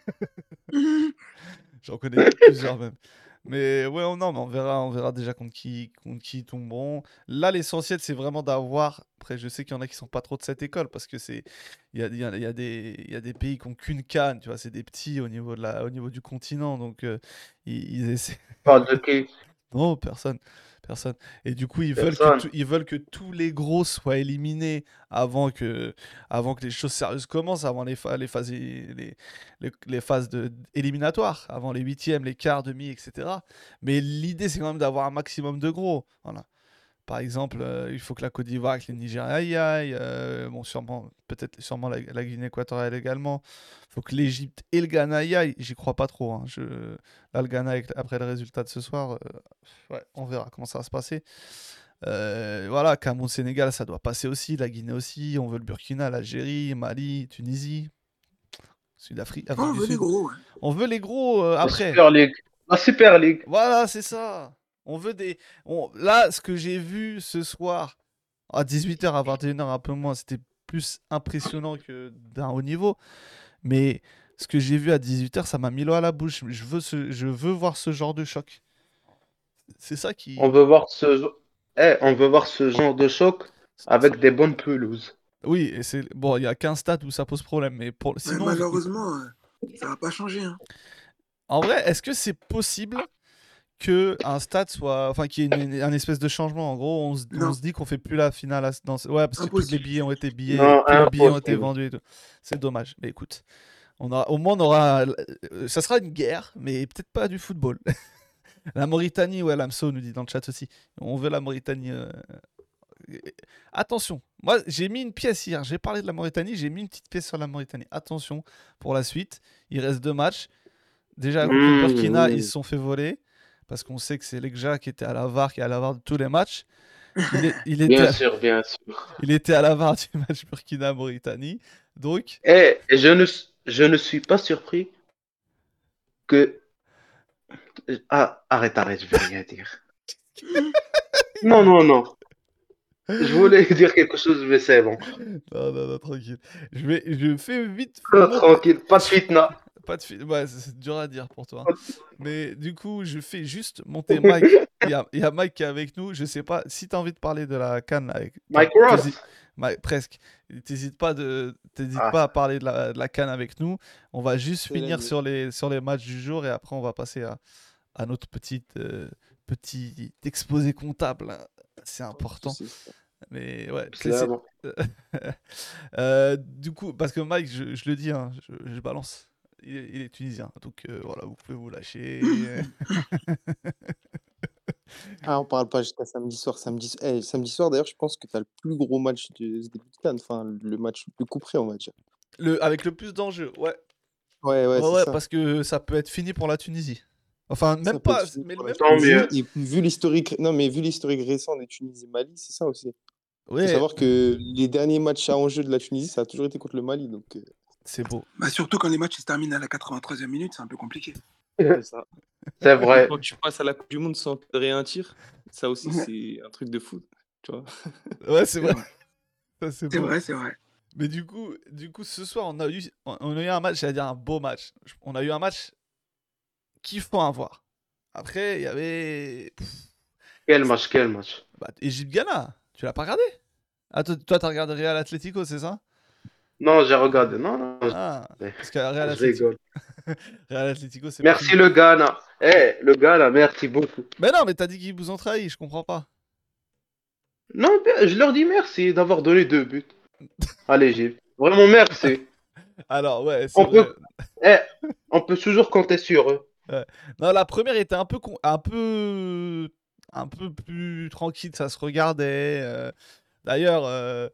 A: j'en connais plusieurs même. Mais ouais, on, non, mais on verra, on verra déjà contre qui, contre qui ils tomberont. Là, l'essentiel, c'est vraiment d'avoir. Après, je sais qu'il y en a qui sont pas trop de cette école parce que c'est, il y a, il y a- il y a des, il y a des pays qui ont qu'une canne, tu vois, c'est des petits au niveau de la, au niveau du continent, donc euh, ils, ils essaient.
C: Parle de qui?
A: Non, personne, personne. Et du coup, ils veulent que
C: Personne.
A: tout- ils veulent que tous les gros soient éliminés avant que, avant que les choses sérieuses commencent, avant les, pha- les phases, les, les, les phases de, éliminatoires, avant les huitièmes, les quarts, demi, et cetera. Mais l'idée, c'est quand même d'avoir un maximum de gros. Voilà. Par exemple, euh, il faut que la Côte d'Ivoire avec le Nigeria y aille. euh, bon, sûrement, peut-être sûrement la, la Guinée équatoriale également. Il faut que l'Égypte et le Ghana y aillent. J'y crois pas trop, hein. Je... Là, le Ghana, avec- après le résultat de ce soir, euh, ouais, on verra comment ça va se passer. Euh, voilà, Cameroun-Sénégal, ça doit passer aussi. La Guinée aussi. On veut le Burkina, l'Algérie, Mali, Tunisie, Sud-Afrique,
B: Oh,
A: Afrique
B: on
A: du
B: veut les
A: Sud.
B: gros, ouais.
A: On veut les gros euh,
C: La
A: après.
C: Super League. La Super League.
A: Voilà, c'est ça. On veut des. on- Là, ce que j'ai vu ce soir, à dix-huit heures, à vingt et une heures, un peu moins, c'était plus impressionnant que d'un haut niveau. Mais ce que j'ai vu à dix-huit heures, ça m'a mis l'eau à la bouche. Je veux, ce... je veux voir ce genre de choc. C'est ça
C: On
A: qui.
C: veut voir ce, eh, on veut voir ce genre de choc avec des bonnes pelouses.
A: Oui, et c'est. Bon, il y a qu'un stade où ça pose problème. Mais pour...
B: Mais
A: sinon,
B: malheureusement, euh, ça va pas changer. Hein.
A: en vrai, est-ce que c'est possible que un stade soit, enfin qu'il y ait une- un espèce de changement. En gros, on se, on
B: Non,
A: se dit qu'on fait plus la finale à- dans ce- ouais, parce que tous les
B: impossible.
A: billets ont été billets,
C: Non,
A: tous les billets ont été
C: impossible.
A: vendus et tout. C'est dommage. Mais écoute, on aura, au moins on aura, euh, ça sera une guerre, mais peut-être pas du football. La Mauritanie, ouais, Lamso nous dit dans le chat aussi. On veut la Mauritanie. euh, Attention, moi j'ai mis une pièce hier. J'ai parlé de la Mauritanie, j'ai mis une petite pièce sur la Mauritanie. Attention pour la suite. Il reste deux matchs. Déjà contre le
C: Mmh,
A: Burkina, ils
C: mmh.
A: se sont fait voler. Parce qu'on sait que c'est Legja qui était à la V A R, qui est à la V A R de tous les matchs. Il, est- il
C: Bien
A: était,
C: sûr, bien sûr.
A: il était à la V A R du match Burkina-Mauritanie. Donc,
C: Et je ne, je ne suis pas surpris que... Ah, arrête, arrête, je vais rien dire. Non, non, non. Je voulais dire quelque chose, mais c'est bon.
A: non, non, non, tranquille. Je, vais, je fais vite
C: Oh,
A: monter.
C: tranquille, pas de fitna.
A: Pas de fi- ouais, c'est c'est dur à dire pour toi. Mais du coup, je fais juste monter Mike. Il y a, il y a Mike qui est avec nous. Je sais pas si tu as envie de parler de la canne avec. t'as-
C: Mike Ross.
A: t'hésites- Mike, presque. T'hésites pas, de... t'hésites
C: Ah,
A: pas à parler de la, de la canne avec nous. On va juste
D: C'est
A: finir
D: l'ami.
A: sur les, sur les matchs du jour et après on va passer à, à notre petite, euh, petit exposé comptable, hein. C'est important.
D: Souci.
A: Mais ouais, c'est-
C: c'est
A: c'est-
C: bon.
A: Euh, du coup, parce que Mike, je, je le dis, hein, je, je balance. Il est, il est tunisien, donc euh, voilà, vous pouvez vous lâcher.
D: Ah, on parle pas jusqu'à samedi soir. Samedi, eh, samedi soir, d'ailleurs, je pense que tu as le plus gros match de ce début de CAN. Enfin, le match le plus couperé, on va dire.
A: Le, avec le plus d'enjeux, ouais.
D: Ouais, ouais,
A: Ouais,
D: c'est
A: ouais,
D: ça.
A: parce que ça peut être fini pour la Tunisie. Enfin, même
D: Ça peut
A: pas,
D: être fini
A: mais
D: pour la
A: même
C: Tant
D: Tunisie.
C: mieux.
D: Et puis, vu l'historique, non, mais vu l'historique récent des Tunisie-Mali, c'est ça aussi. Faut
A: ouais,
D: savoir que les derniers matchs à enjeu de la Tunisie, ça a toujours été contre le Mali. Donc, euh,
A: c'est beau.
B: Bah, surtout quand les matchs ils se terminent à la quatre-vingt-troisième minute, c'est un peu compliqué.
D: c'est ça.
C: C'est
D: Et
C: vrai.
D: quand tu passes à la Coupe du Monde sans cadrer un tir, ça aussi, c'est un truc de fou. Tu vois.
A: Ouais, c'est
B: C'est
A: vrai.
B: vrai,
A: Ça, c'est
B: c'est
A: beau.
B: vrai, c'est vrai.
A: Mais du coup, du coup, ce soir, on a eu, on on a eu un match, j'allais dire un beau match. On a eu un match kiffant à voir. Après, il y avait pff,
C: Quel match, quel match.
A: bah, Égypte-Ghana. Tu l'as pas regardé? Ah, toi, toi, t'as regardé Real Atlético, c'est ça?
C: Non, j'ai regardé. Non, non,
A: Ah,
C: je,
A: parce que Real
C: je
A: Atlético,
C: rigole.
A: Real Atlético, c'est
C: Merci
A: pris.
C: le Ghana. Eh, le Ghana, merci beaucoup.
A: Mais non, mais t'as dit qu'ils vous ont trahi, je comprends pas.
C: Non, bien, je leur dis merci d'avoir donné deux buts à l'Égypte. Vraiment merci.
A: Alors, ouais, c'est
C: On
A: vrai.
C: peut, eh, on peut toujours compter sur eux.
A: Non, la première était un peu, con- un peu, un peu plus tranquille, ça se regardait. euh. D'ailleurs, euh,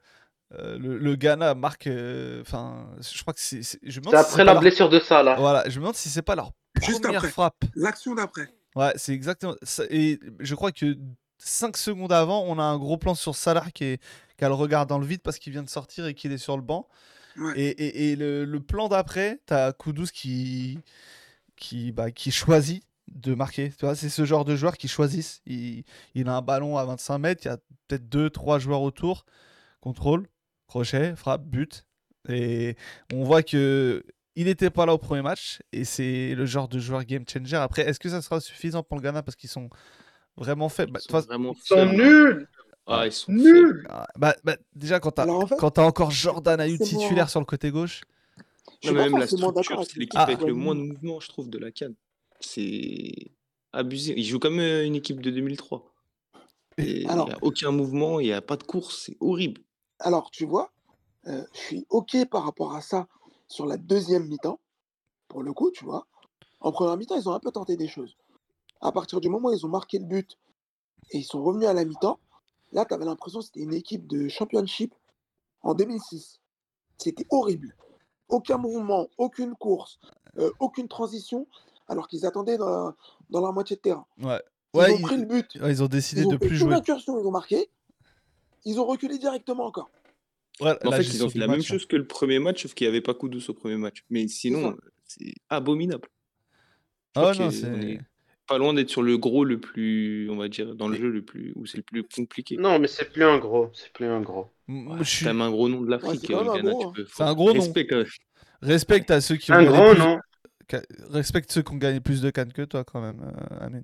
A: Euh, le, le Ghana marque. Enfin, je crois que c'est. c'est- Je me
C: C'est
A: demande si c'est
C: après
A: pas
C: la
A: leur.
C: blessure de Salah.
A: Voilà, je me demande si c'est pas leur
B: Juste
A: première
B: après.
A: frappe.
B: L'action d'après.
A: Ouais, c'est exactement ça. Et je crois que cinq secondes avant, on a un gros plan sur Salah qui, est, qui a le regard dans le vide parce qu'il vient de sortir et qu'il est sur le banc.
B: Ouais.
A: Et, et- et le, le plan d'après, t'as Kudus qui, qui, bah, qui choisit de marquer. Tu vois, c'est ce genre de joueur qui choisissent. Il, il a un ballon à vingt-cinq mètres, il y a peut-être deux trois joueurs autour. Contrôle, crochet, frappe, but. Et on voit que il n'était pas là au premier match. Et c'est le genre de joueur game changer. Après, est-ce que ça sera suffisant pour le Ghana parce qu'ils sont vraiment faibles? Bah,
E: Ils
A: de toute
E: sont
A: façon-
E: vraiment
C: Ils sont
E: faibles.
C: nuls.
E: Ah,
A: Ouais.
E: ils sont faibles.
C: Nuls.
A: Ah, bah, bah, déjà, quand t'as
B: Alors en fait,
A: quand t'as encore
B: je suis
A: Jordan
B: pas
A: Ayew
B: forcément-
A: titulaire sur le côté gauche.
B: je
E: Non,
B: suis
E: mais
B: pas
E: même la
B: forcément d'accord
E: structure,
B: avec
E: c'est
B: le
E: l'équipe
B: fait
A: Ah.
E: avec
B: qu'ils
E: le
B: soient
E: moins de
B: nuls.
E: mouvement, je trouve, de la CAN. C'est abusé. Ils jouent comme euh, une équipe de deux mille trois. Et il
B: Alors-
E: n'y a aucun mouvement, il n'y a pas de course, c'est horrible.
B: Alors, tu vois, euh, je suis OK par rapport à ça sur la deuxième mi-temps, pour le coup, tu vois. En première mi-temps, ils ont un peu tenté des choses. À partir du moment où ils ont marqué le but et ils sont revenus à la mi-temps, là, tu avais l'impression que c'était une équipe de championship en deux mille six. C'était horrible. Aucun mouvement, aucune course, euh, aucune transition, alors qu'ils attendaient dans, la- dans leur moitié de terrain.
A: Ouais.
B: Ils
A: Ouais,
B: ont
A: ils,
B: pris le but,
A: ouais, ils ont décidé
B: ils ont
A: de
B: fait
A: plus
B: une
A: jouer.
B: incursion, ils ont marqué, ils ont reculé directement encore.
A: Ouais,
E: Mais en
A: la
E: fait, ils
A: gestion
E: ont fait
A: du
E: la même
A: match, hein.
E: chose que le premier match, sauf qu'il n'y avait pas coup douce au premier match. Mais sinon,
B: ça.
E: euh, c'est abominable. Je
A: Ah
E: crois
A: ouais, non,
E: que on
A: c'est.
E: est pas loin d'être sur le gros le plus, on va dire, dans le
A: Et-
E: jeu le plus, où c'est le plus compliqué.
C: Non, mais c'est plus un gros. C'est plus un gros.
A: M-
E: Ouais,
A: je
E: c'est
A: suis-
E: quand même un gros nom de
B: Ouais,
E: l'Afrique,
B: c'est quand
E: euh,
B: même
E: le
B: un
E: Ghana.
B: gros,
E: Tu
B: hein.
E: peux,
A: C'est un
E: faut-
A: gros nom.
E: respect quand même.
A: Respecte à ceux qui ont
C: Un
A: gagné
C: gros
A: plus.
C: nom.
A: Ca- Respecte ceux qui ont gagné plus de cannes que toi, quand même, euh, Amine.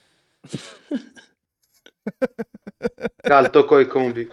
C: Cal Toko et Kombi.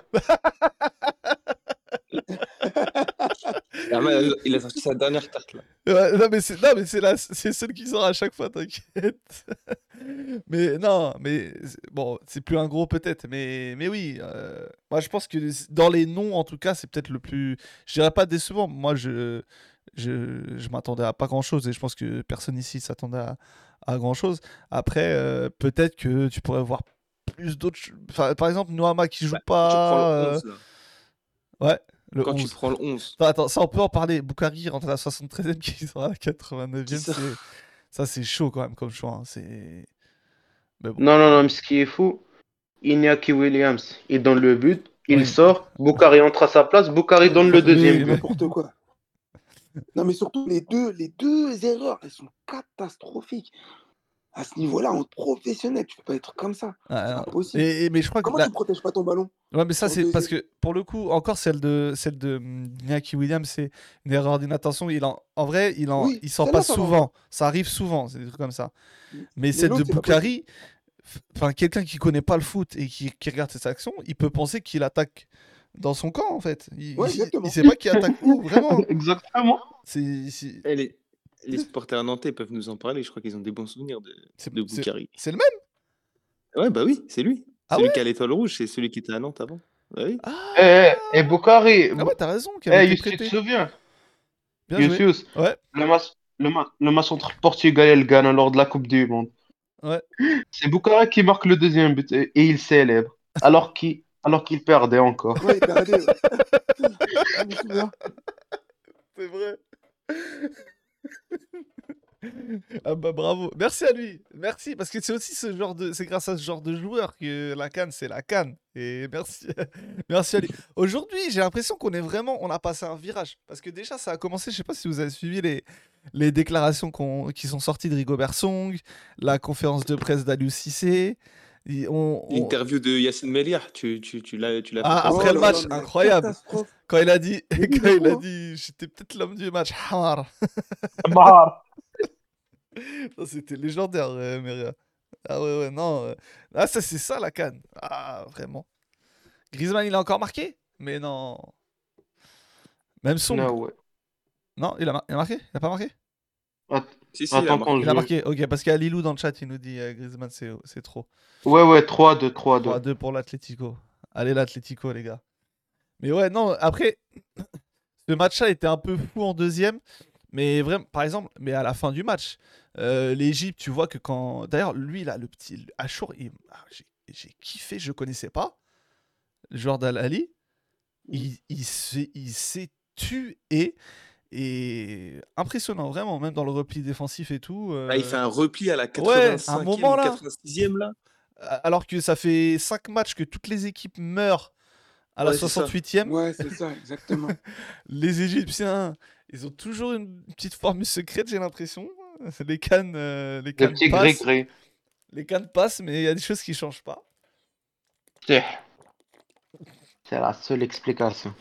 E: Ah, mais, il a sorti sa dernière carte là.
A: Ouais, non, mais c'est non, mais c'est la... c'est celle qui sort à chaque fois, t'inquiète. Mais non, mais c'est- bon, c'est plus un gros peut-être, mais mais oui. euh, Moi, je pense que dans les noms, en tout cas, c'est peut-être le plus. Je dirais pas décevant. Moi, je je, je m'attendais à pas grand-chose et je pense que personne ici s'attendait à, à grand-chose. Après, euh, peut-être que tu pourrais voir plus d'autres. ch- Enfin, par exemple, Noama qui joue
E: Bah, quand tu prends
A: pas.
E: le
A: euh,
E: onze là.
A: Ouais, le
E: Quand tu
A: onze.
E: prends le onze.
A: Attends, attends, ça on peut en parler. Boukari rentre à la soixante-treizième qui sera à la quatre-vingt-neuvième.
E: Qui ça
A: c'est- Ça, c'est chaud quand même comme choix, hein. C'est. Mais bon.
C: Non, non, non, mais ce qui est fou, Iñaki Williams, il donne le but, il
A: Oui.
C: sort, Boukari entre à sa place, Boukari
B: Ouais,
C: donne le
B: n'importe-
C: deuxième
A: Oui,
C: but.
B: N'importe quoi. Non, mais surtout, les deux, les deux erreurs, elles sont catastrophiques. À ce niveau-là, en professionnel, tu peux pas être comme ça.
A: Ah,
B: C'est
A: non.
B: pas possible.
A: Et, et- mais je crois que
B: Comment
A: la-
B: tu protèges pas ton ballon?
A: ouais, mais ça
B: sur
A: c'est
B: le
A: parce
B: deuxième
A: que pour le coup encore celle de celle de hum, Iñaki Williams, c'est une erreur d'inattention. Il en en vrai il en
B: Oui,
A: il sort
B: celle-là,
A: pas
B: ça va
A: souvent. Ça arrive souvent, c'est des trucs comme ça.
B: Mais
A: Mais celle de
B: l'autre, c'est pas
A: Boukari, f- enfin quelqu'un qui connaît pas le foot et qui, qui regarde ses actions, il peut penser qu'il attaque dans son camp en fait. Il,
B: Ouais,
A: il-
B: exactement.
A: il sait pas qui attaque où vraiment.
C: Exactement.
A: C'est c'est-
E: Et les, les supporters nantais peuvent nous en parler. Je crois qu'ils ont des bons souvenirs de,
A: c'est
E: de
A: c'est-
E: Boukari.
A: c'est le même.
E: Ouais, bah oui, c'est lui.
A: Ah
E: Celui
A: ouais.
E: qui a l'étoile rouge, c'est celui qui était à Nantes avant. Bah oui.
C: Eh,
A: Ah.
C: eh, et Boukari,
A: Ah ouais, t'as raison, qui avait
C: eh,
A: été
C: Yus, tu te
A: prêté.
C: souviens?
A: Bien joué.
C: Yus,
A: Ouais,
C: le match, le, ma- le match entre le Portugal et le Ghana lors de la Coupe du Monde.
A: ouais.
C: C'est Boukari qui marque le deuxième but et, et il célèbre, alors qu'il alors qu'il perdait encore.
B: Ouais, il perdait. Ouais. Je me souviens.
A: C'est vrai. Ah bah bravo, merci à lui, merci parce que c'est aussi ce genre de, c'est grâce à ce genre de joueur que la CAN c'est la CAN et merci, merci à lui. Aujourd'hui j'ai l'impression qu'on est vraiment, on a passé un virage parce que déjà ça a commencé, je sais pas si vous avez suivi les les déclarations qu'on- qui sont sorties de Rigobert Song, la conférence de presse d'Aliou Cissé, et on- on-
E: L'interview de Yacine Melia, tu, tu, tu l'as tu l'as
A: Ah,
E: fait
A: après
E: passer.
A: le
B: Oh là
A: match,
B: là, mais la
A: incroyable.
B: catastrophe.
A: quand il a dit,
B: Mais lui, il
A: quand
B: est
A: il
B: fou,
A: a
B: hein.
A: dit, j'étais peut-être l'homme du match, Hamar. Ça, c'était légendaire, euh, Meria. Ah ouais, ouais, non. euh, Ah, ça, c'est ça, la canne. Ah, vraiment. Griezmann, il a encore marqué? Mais non. Même Song.
C: No way.
A: Non, il a, mar- il a marqué? Il a pas marqué?
C: Att-
E: Si, si, il a
C: Attends
E: marqué.
C: quand
A: Il
C: je...
A: a marqué, ok, parce qu'il y a Lilou dans le chat, il nous dit euh, Griezmann, c'est c'est trop.
C: Ouais, ouais, trois deux, trois deux.
A: trois à deux pour l'Atlético. Allez, l'Atlético, les gars. Mais ouais, non, après, ce match-là était un peu fou en deuxième. Mais vraiment, par exemple, mais à la fin du match, euh, l'Égypte, tu vois que quand. D'ailleurs, lui, là, le petit Achour, il- ah, j'ai j'ai kiffé, je connaissais pas. Le joueur d'Al Ali. il, il s'est il s'est tué et, et impressionnant, vraiment, même dans le repli défensif et tout.
E: Ah, il fait
A: euh,
E: un repli à la
A: Ouais, un
E: quatre-vingt-cinquième
A: moment
E: ou
A: là,
E: quatre-vingt-sixième là.
A: a- alors que ça fait cinq matchs que toutes les équipes meurent à la
E: Ouais, c'est ça.
A: soixante-huitième.
B: Ouais, c'est ça, exactement.
A: Les Égyptiens, ils ont toujours une petite formule secrète, j'ai l'impression. Les cannes, euh, les
C: Le
A: cannes
C: petit
A: passent,
C: gris-gris.
A: les cannes passent, mais il y a des choses qui changent pas.
C: C'est c'est la seule explication.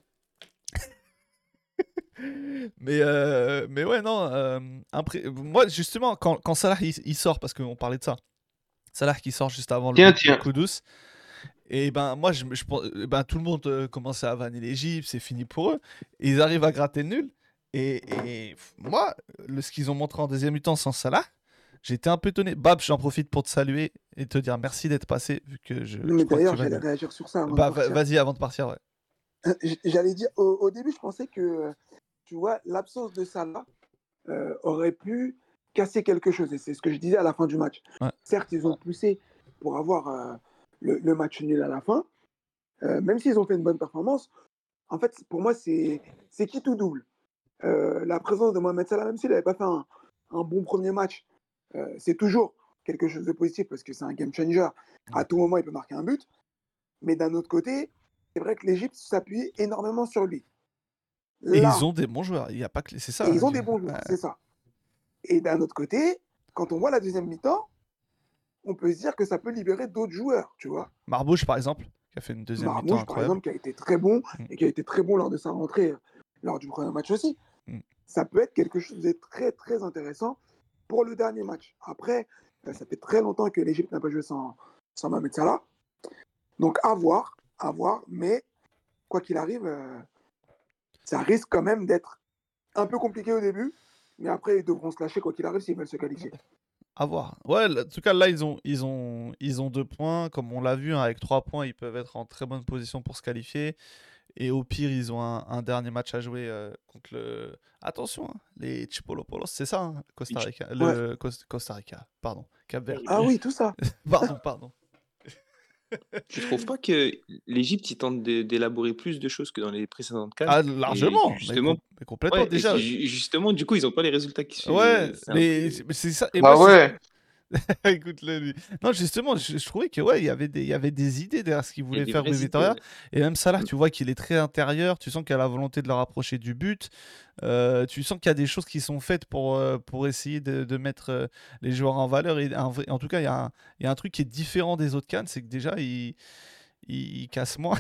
A: Mais, euh, mais ouais, non. euh, impré- Moi, justement, quand, quand Salah il, il sort, parce qu'on parlait de ça, Salah qui sort juste avant le
C: Tiens,
A: but de
C: tiens.
A: Kudus, et ben moi, je, me- je, pense- ben, tout le monde euh, commençait à vanner l'Égypte, c'est fini pour eux. Et ils arrivent à gratter le nul. Et, et moi, le, ce qu'ils ont montré en deuxième mi-temps sans Salah, j'étais un peu étonné. Bab, j'en profite pour te saluer et te dire merci d'être passé, vu que je,
B: Non,
A: je
B: mais
A: crois que tu
B: d'ailleurs,
A: vas
B: j'allais
A: nous...
B: réagir sur ça avant de
A: Bah, va-
B: partir.
A: vas-y, avant de partir, ouais.
B: Euh, j- J'allais dire, au, au début, je pensais que, tu vois, l'absence de Salah euh, aurait pu casser quelque chose. Et c'est ce que je disais à la fin du match.
A: Ouais.
B: Certes, ils ont poussé pour avoir euh, le, le match nul à la fin. Euh, même s'ils ont fait une bonne performance, en fait, pour moi, c'est c'est qui tout double. Euh, la présence de Mohamed Salah, même s'il n'avait pas fait un, un bon premier match, euh, c'est toujours quelque chose de positif parce que c'est un game changer. À tout moment, il peut marquer un but. Mais d'un autre côté, c'est vrai que l'Égypte s'appuie énormément sur lui.
A: Et ils
B: Là,
A: ont des bons joueurs, il y a pas que... C'est ça.
B: et ils ont
A: je-
B: des bons joueurs,
A: Ouais.
B: c'est ça. Et d'un autre côté, quand on voit la deuxième mi-temps, on peut se dire que ça peut libérer d'autres joueurs, tu vois.
A: Marbouche, par exemple, qui a fait une deuxième mi-temps
B: Marmouche, par
A: incroyable.
B: exemple, qui a été très bon
A: Mm.
B: et qui a été très bon lors de sa rentrée, euh, lors du premier match aussi.
A: Mm.
B: Ça peut être quelque chose de très, très intéressant pour le dernier match. Après, euh, ça fait très longtemps que l'Égypte n'a pas joué sans, sans Mohamed Salah. Donc, à voir, à voir. Mais, quoi qu'il arrive, euh, ça risque quand même d'être un peu compliqué au début. Mais après, ils devront se lâcher quoi qu'il arrive s'ils veulent se qualifier.
A: À voir. Ouais, là, en tout cas, là, ils ont, ils ont, ils ont deux points. Comme on l'a vu, hein, avec trois points, ils peuvent être en très bonne position pour se qualifier. Et au pire, ils ont un, un dernier match à jouer euh, contre le. Attention, hein, les Chipolopolos, c'est ça, hein, Costa Rica.
B: Ouais.
A: Le Cos- Costa Rica, pardon. Cap Vert.
B: Ah oui, tout ça.
A: Pardon, pardon.
E: Tu trouves pas que l'Égypte il tente de- d'élaborer plus de choses que dans les précédentes CAN?
A: Ah,
E: Et
A: largement. Mais,
E: justement,
A: com- mais complètement,
E: ouais, et
A: déjà.
E: ju- justement, du coup, ils ont pas les résultats qui suivent.
A: Ouais,
E: et c'est un
A: mais,
E: peu-
A: mais c'est ça. Et
C: Bah
A: moi, c'est-
C: ouais.
A: Écoute-le, lui. Non, justement, je, je trouvais que ouais, il y avait des, il y avait des idées derrière ce qu'il
E: il y a
A: voulait
E: des
A: faire
E: vraies
A: Rui
E: idées,
A: Vitória.
E: ouais.
A: Et même Salah,
E: Mm.
A: tu vois qu'il est très intérieur. Tu sens qu'il y a la volonté de le rapprocher du but. Euh, tu sens qu'il y a des choses qui sont faites pour, euh, pour essayer de, de mettre euh, les joueurs en valeur. Et un vrai- en tout cas, il y, a un, il y a un truc qui est différent des autres cannes, c'est que déjà, il, il, il casse moins.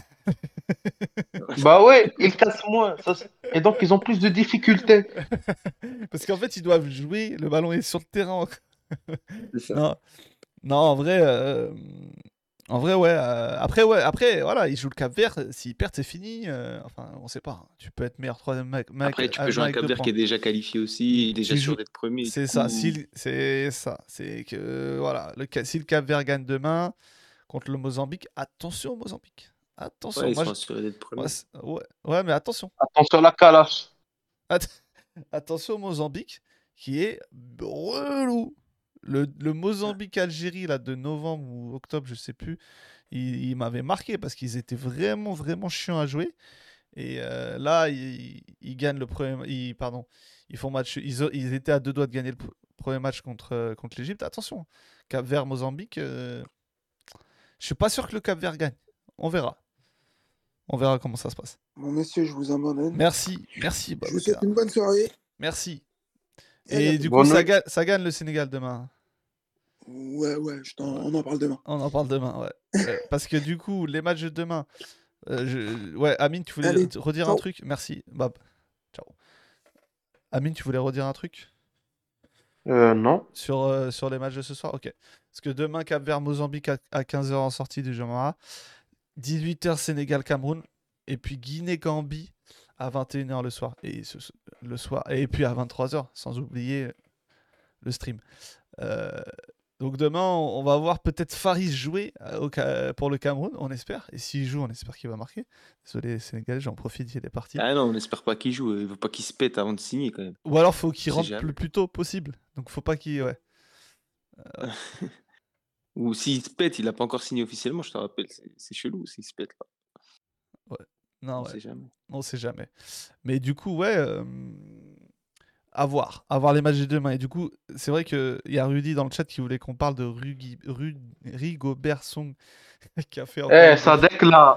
C: Bah ouais, ils cassent moins. Ça, c'est- et donc, ils ont plus de difficultés.
A: Parce qu'en fait, ils doivent jouer. Le ballon est sur le terrain.
E: C'est ça.
A: Non, non, en vrai, euh, en vrai, ouais. euh, après, ouais, après, voilà, ils jouent le Cap Vert. S'ils perdent, c'est fini. euh, enfin, on sait pas. Tu peux être meilleur troisième mec, mec
E: Après, tu
A: avec,
E: peux jouer un
A: avec deux
E: Cap-Vert
A: points.
E: qui est déjà qualifié aussi, déjà
A: Tu
E: sûr
A: joues-
E: d'être premier.
A: C'est
E: du
A: ça.
E: coup,
A: Si, c'est ça. C'est que voilà, le, Ca- si le Cap Vert gagne demain contre le Mozambique, attention au Mozambique. Attention.
E: ouais, ils
A: Moi,
E: sont
A: je-
E: assurés d'être
A: moi,
E: premiers.
A: c'est- ouais, ouais, mais attention.
C: Attention à la calache.
A: Att- attention au Mozambique, qui est relou. Le, le Mozambique-Algérie là de novembre ou octobre, je sais plus, il, il m'avait marqué parce qu'ils étaient vraiment vraiment chiants à jouer. Et euh, là, ils, ils gagnent le premier, ils, pardon, ils font match, ils, ont- ils étaient à deux doigts de gagner le pr- premier match contre euh, contre l'Égypte. Attention, Cap Vert Mozambique, euh, je suis pas sûr que le Cap Vert gagne. On verra, on verra comment ça se passe.
B: Bon, messieurs, je vous abandonne.
A: Merci, merci
B: Je vous
A: Babacar.
B: souhaite une bonne soirée.
A: Merci.
B: Et à
A: Et
B: bientôt.
A: du coup,
C: Bonne
A: ça
C: nuit.
A: gagne, ça gagne le Sénégal demain.
B: Ouais, ouais, je t'en-
A: Ouais.
B: on en parle demain.
A: On en parle demain, ouais. Euh, parce que du coup, les matchs de demain. euh, je... Ouais, Amine, tu voulais
B: Allez,
A: t- redire un
B: ciao.
A: truc? Merci, Bab. Ciao. Amine, tu voulais redire un truc
C: Euh, non.
A: sur, euh, sur les matchs de ce soir? Ok. Parce que demain, Cap Vert, Mozambique à, à quinze heures en sortie du Jamara. dix-huit heures, Sénégal, Cameroun. Et puis Guinée-Gambie à vingt et une heures le soir. Et, ce- ce- le soir. Et puis à vingt-trois heures, sans oublier le stream. Euh, donc demain, on on va voir peut-être Faris jouer euh, au Ca- pour le Cameroun, on espère. Et s'il joue, on espère qu'il va marquer. Désolé, Sénégalais, j'en profite, il est parti.
E: Ah non, on n'espère pas qu'il joue. Il veut pas qu'il se pète avant de signer quand même.
A: Ou alors, faut qu'il
E: On sait
A: rentre
E: jamais.
A: le plus tôt possible. Donc, faut pas qu'il. Ouais.
E: Ou s'il se pète, il a pas encore signé officiellement, je te rappelle. C'est c'est chelou s'il se pète là.
A: Non,
E: On
A: ouais.
E: sait jamais.
A: On sait jamais. Mais du coup, ouais, euh, à voir. À voir les matchs de demain. Et du coup, c'est vrai qu'il y a Rudy dans le chat qui voulait qu'on parle de Rugi, Ru- Rigobert Song qui a fait encore
C: Eh,
A: une
C: ça
A: déclaration.
C: déclare.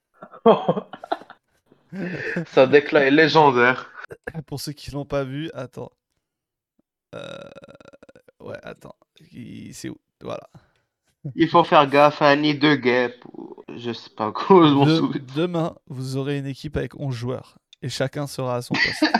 C: Ça déclare est légendaire.
A: Pour ceux qui l'ont pas vu, attends. Euh, Ouais, attends. Il- C'est où? Voilà.
C: Il faut faire gaffe à un nid de guêpe. Ou je sais pas quoi, je m'en
A: De-
C: souviens.
A: Demain, vous aurez une équipe avec onze joueurs. Et chacun sera à son poste.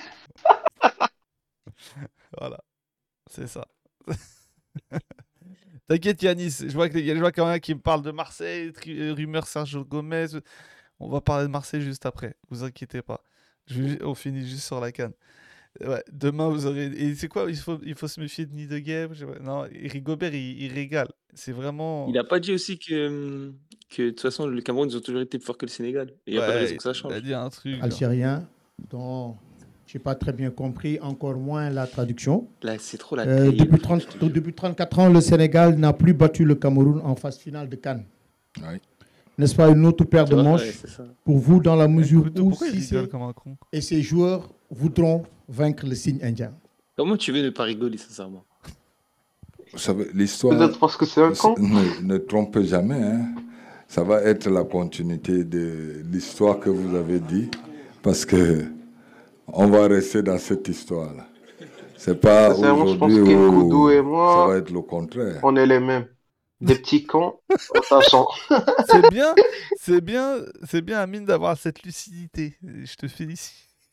A: Voilà. C'est ça. T'inquiète Yanis, je vois qu'il y a des gens quand même qui me parlent de Marseille, tri- rumeur Sergio Gomez. On va parler de Marseille juste après, vous inquiétez pas. Je vais- on finit juste sur la canne. Ouais, demain vous aurez. Et c'est quoi? Il faut, il faut se méfier de Nid de Guêpe. je- Non, Eric Gobert il, il régale. C'est vraiment.
E: Il a pas dit aussi que, hum, que de toute façon, le Cameroun, ils ont toujours été plus forts que le Sénégal. Et il n'y a pas de raison
A: Ouais,
E: que ça
A: il a
E: change.
A: dit un truc. genre.
F: algérien, dont je n'ai pas très bien compris, encore moins la traduction.
E: Là, c'est trop la
F: Euh,
E: grille.
F: depuis, trente, depuis trente-quatre ans, le Sénégal n'a plus battu le Cameroun en phase finale de Cannes.
G: Oui.
F: N'est-ce pas une autre paire
E: Tu
F: de
E: vois,
F: manches
E: ouais, c'est ça.
F: pour vous, dans la mesure
A: Écoute,
F: où
A: pourquoi il
F: Cissé
A: rigole comme un con?
F: et ses joueurs voudront vaincre le signe indien?
E: Comment tu veux ne pas rigoler, sincèrement?
G: Vous savez, l'histoire
C: Peut-être parce que c'est un
G: c'est-
C: con.
G: ne, ne trompe jamais. Hein. Ça va être la continuité de l'histoire que vous avez dit, parce que on va rester dans cette histoire-là. C'est pas
C: Sincèrement, je pense
G: aujourd'hui
C: qu'Elkoudou et
G: où ça
C: moi,
G: va être le contraire.
C: on est les mêmes. Des petits cons attachants.
A: C'est bien, c'est bien, c'est bien Amine d'avoir cette lucidité. Je te félicite.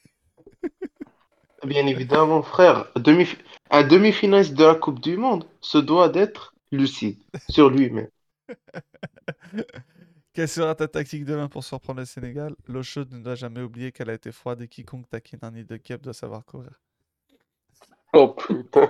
C: Bien évidemment, frère. Demi un demi-finaliste de la Coupe du Monde se doit d'être lucide sur lui-même.
A: Quelle sera ta tactique demain pour surprendre le Sénégal? L'eau chaude ne doit jamais oublier qu'elle a été froide et quiconque taquine un nid de guêpe doit savoir courir.
C: Oh putain.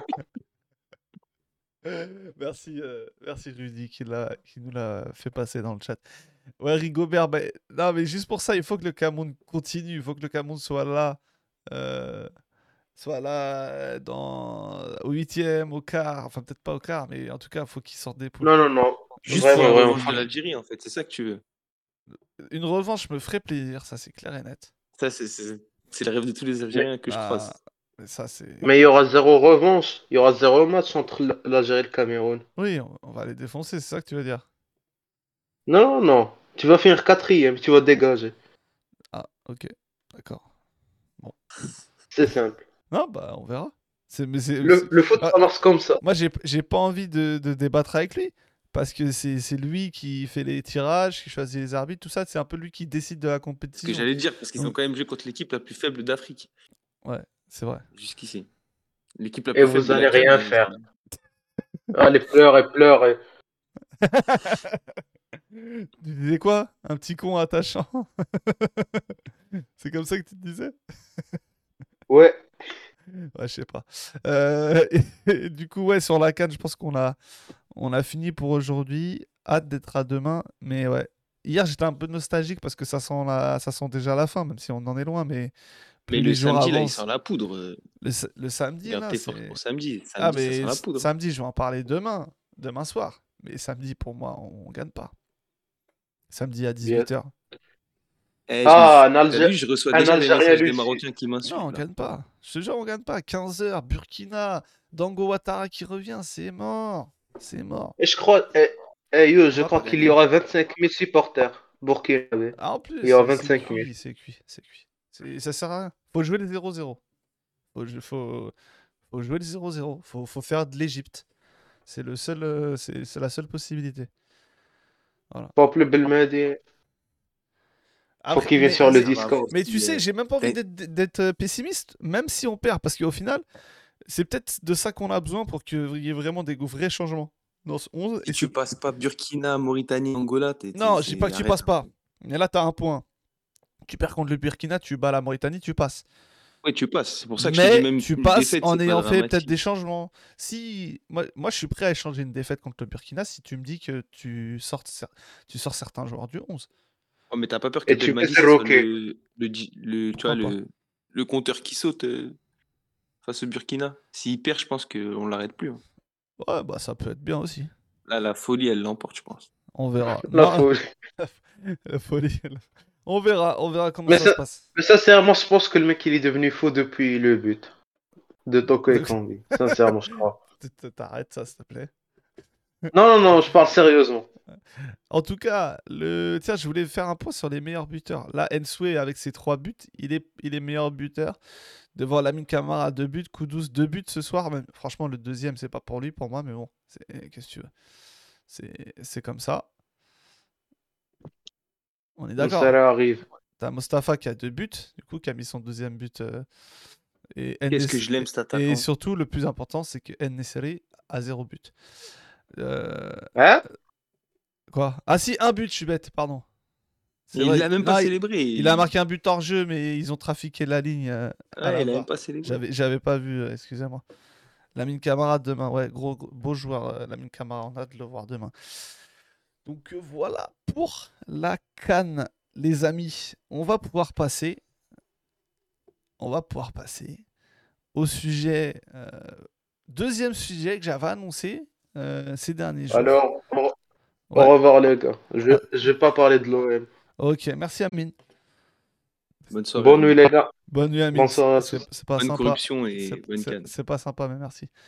A: Merci, euh, merci Rudy qui, l'a, qui nous l'a fait passer dans le chat. Ouais, Rigobert, ben, non, mais juste pour ça, il faut que le Cameroun continue. Il faut que le Cameroun soit là. euh, soit là euh, dans, au huitième, au quart. Enfin, peut-être pas au quart, mais en tout cas, il faut qu'il sorte des poules.
C: Non, non, non.
E: Juste
C: Vraiment,
E: pour la
C: vraiment.
E: revanche de l'Algérie, en fait. C'est ça que tu veux.
A: Une revanche me ferait plaisir, ça c'est clair et net.
E: Ça, c'est, c'est, c'est le rêve de tous les Algériens que je
A: Ah,
E: croise.
A: mais ça c'est.
C: Mais il y aura zéro revanche. Il y aura zéro match entre l- l'Algérie et le Cameroun.
A: Oui, on, on va les défoncer, c'est ça que tu veux dire.
C: Non, non. Tu vas finir quatrième. Tu vas dégager.
A: Ah, ok, d'accord.
C: C'est simple.
A: Non, bah on verra. C'est, mais c'est,
C: Le,
A: c'est-
C: le foot,
A: Ah,
C: ça marche comme ça.
A: Moi, j'ai, j'ai pas envie de, de débattre avec lui. Parce que c'est, c'est lui qui fait les tirages, qui choisit les arbitres, tout ça. C'est un peu lui qui décide de la
E: Ce que
A: compétition.
E: j'allais dire, parce qu'ils ont
A: Donc-
E: quand même joué contre l'équipe la plus faible d'Afrique,
A: Ouais, c'est vrai.
E: jusqu'ici. L'équipe la
C: Et
E: plus
C: vous
E: faible de la
C: allez
E: CAN,
C: rien
E: euh,
C: faire. Allez, pleure et pleure. Et...
A: Tu disais quoi? Un petit con attachant. C'est comme ça que tu te disais?
C: Ouais.
A: Ouais, je sais pas. Euh, et- et du coup, ouais, sur la CAN, je pense qu'on a, on a fini pour aujourd'hui. Hâte d'être à demain. Mais ouais, hier, j'étais un peu nostalgique parce que ça sent, la, ça sent déjà la fin, même si on en est loin. Mais plus
E: Mais
A: les
E: le
A: jours
E: samedi, là, il
A: avancent.
E: sent la poudre. euh,
A: Le, sa- le samedi,
E: Garde
A: là,
E: tes forces
A: c'est...
E: pour samedi. Samedi,
A: Ah,
E: ça
A: mais
E: sent la
A: s-
E: poudre.
A: samedi, je vais en parler demain. Demain soir. Mais samedi, pour moi, on, on gagne pas. Samedi à dix-huit heures.
E: Eh, je
C: Ah,
E: me-
C: un,
E: T'as
C: Algé-
E: vu, je reçois
C: un
E: déjà les
C: Algérien
E: messages des
C: lucide.
E: Marocains qui
A: Non,
E: m'insultent.
A: on
E: là.
A: gagne pas. Je te jure, on gagne pas. quinze heures, Burkina, Dango Ouattara qui revient, c'est mort. C'est mort.
C: Et je crois, eh, eh, yo,
A: On
C: je
A: va
C: crois
A: pas
C: qu'il y
A: gagner.
C: aura vingt-cinq mille supporters burkinabés.
A: Ah, en
C: Il
A: plus,
C: y aura
A: c'est c'est
C: vingt-cinq mille.
A: cuit, c'est cuit, c'est cuit. C'est- Ça sert à rien. Faut jouer les zéro zéro. Faut, jou- faut, faut jouer le zéro zéro. Faut, faut faire de l'Égypte. C'est le seul, euh, c'est c'est la seule possibilité.
C: Pas plus Belmadi. Faut
A: Après,
C: qu'il vienne
A: mais,
C: sur le
E: Ça va,
C: Discord.
A: mais tu sais, j'ai même pas envie
E: t'as-
A: d'être d'être, euh, pessimiste, même si on perd, parce qu'au final, c'est peut-être de ça qu'on a besoin pour qu'il y ait vraiment des vrais changements dans ce onze.
E: Si
A: Et
E: tu
A: c'est-
E: passes pas Burkina, Mauritanie, Angola, t'es. t'es-
A: Non, je dis
E: c'est-
A: pas que tu
E: arrête.
A: passes pas. Mais là, t'as un point. Tu perds contre le Burkina, tu bats la Mauritanie, tu passes.
E: Oui, tu passes. C'est pour ça que je te
A: Mais
E: dis même
A: tu
E: une
A: passes
E: défaite,
A: en
E: c'est pas
A: ayant fait peut-être
E: dramatique.
A: des changements. Si moi, moi, je suis prêt à échanger une défaite contre le Burkina si tu me dis que tu sors, cer- tu sors certains joueurs du onze.
E: Oh, mais t'as pas peur que
C: Et tu
E: Belmadi,
C: peux
E: ça soit
C: rocker.
E: le, le, di- le, tu vois,
A: Pourquoi
E: le, le compteur qui saute euh, face au Burkina. S'il perd, je pense qu'on l'arrête plus. hein.
A: Ouais, bah ça peut être bien aussi.
E: Là, la folie, elle l'emporte, je pense.
A: On verra.
C: La
A: Non,
C: folie.
A: la folie. elle- On verra, on verra comment
C: Mais
A: ça
C: ça-
A: se passe.
C: Mais sincèrement, je pense que le mec, il est devenu faux depuis le but de Toko Ekambi. Sincèrement, je crois.
A: T- t- T'arrêtes ça, s'il te plaît.
C: Non, non, non, je parle sérieusement.
A: En tout cas, le... tiens, je voulais faire un point sur les meilleurs buteurs. Là, Ensue, avec ses trois buts, il est, il est meilleur buteur. Devant Lamine Camara, deux buts. Kudus, deux buts ce soir. Même. Franchement, le deuxième, c'est pas pour lui, pour moi, mais bon, c'est- qu'est-ce que tu veux. C'est c'est comme ça. On est d'accord.
C: Ça leur arrive.
A: T'as Mostafa qui a deux buts, du coup, qui a mis son deuxième but. euh, et
E: Qu'est-ce que
A: En-Nesyri-
E: je l'aime, cet
A: Et
E: attaquant.
A: surtout, le plus important, c'est que En-Nesyri a zéro but. Euh,
C: Hein?
A: Quoi? Ah si, un but, je suis bête, pardon. C'est
E: Il
A: vrai.
E: l'a même pas
A: Non, il-
E: célébré.
A: Il a marqué un but hors jeu, mais ils ont trafiqué la ligne. euh, à
E: Ah,
A: la
E: il a
A: V A R.
E: même pas célébré.
A: J'avais, j'avais pas vu, euh, excusez-moi. Lamine Camara demain, ouais, gros, gros- beau joueur, euh, Lamine Camara, on a hâte de le voir demain. Donc euh, voilà pour la CAN, les amis. On va pouvoir passer, on va pouvoir passer au sujet, euh, deuxième sujet que j'avais annoncé euh, ces derniers jours.
C: Alors, au, au
A: Ouais.
C: revoir les gars. Je,
A: Ah.
C: je vais pas parler de l'O M.
A: Ok, merci Amine.
E: Bonne soirée.
C: Bonne nuit les gars.
A: Bonne nuit Amine.
C: Bonsoir à
A: C'est
C: tous.
A: c'est pas
E: Bonne
A: sympa.
E: corruption et
A: C'est-
E: bonne
A: c'est-
E: canne.
A: C'est pas sympa, mais merci.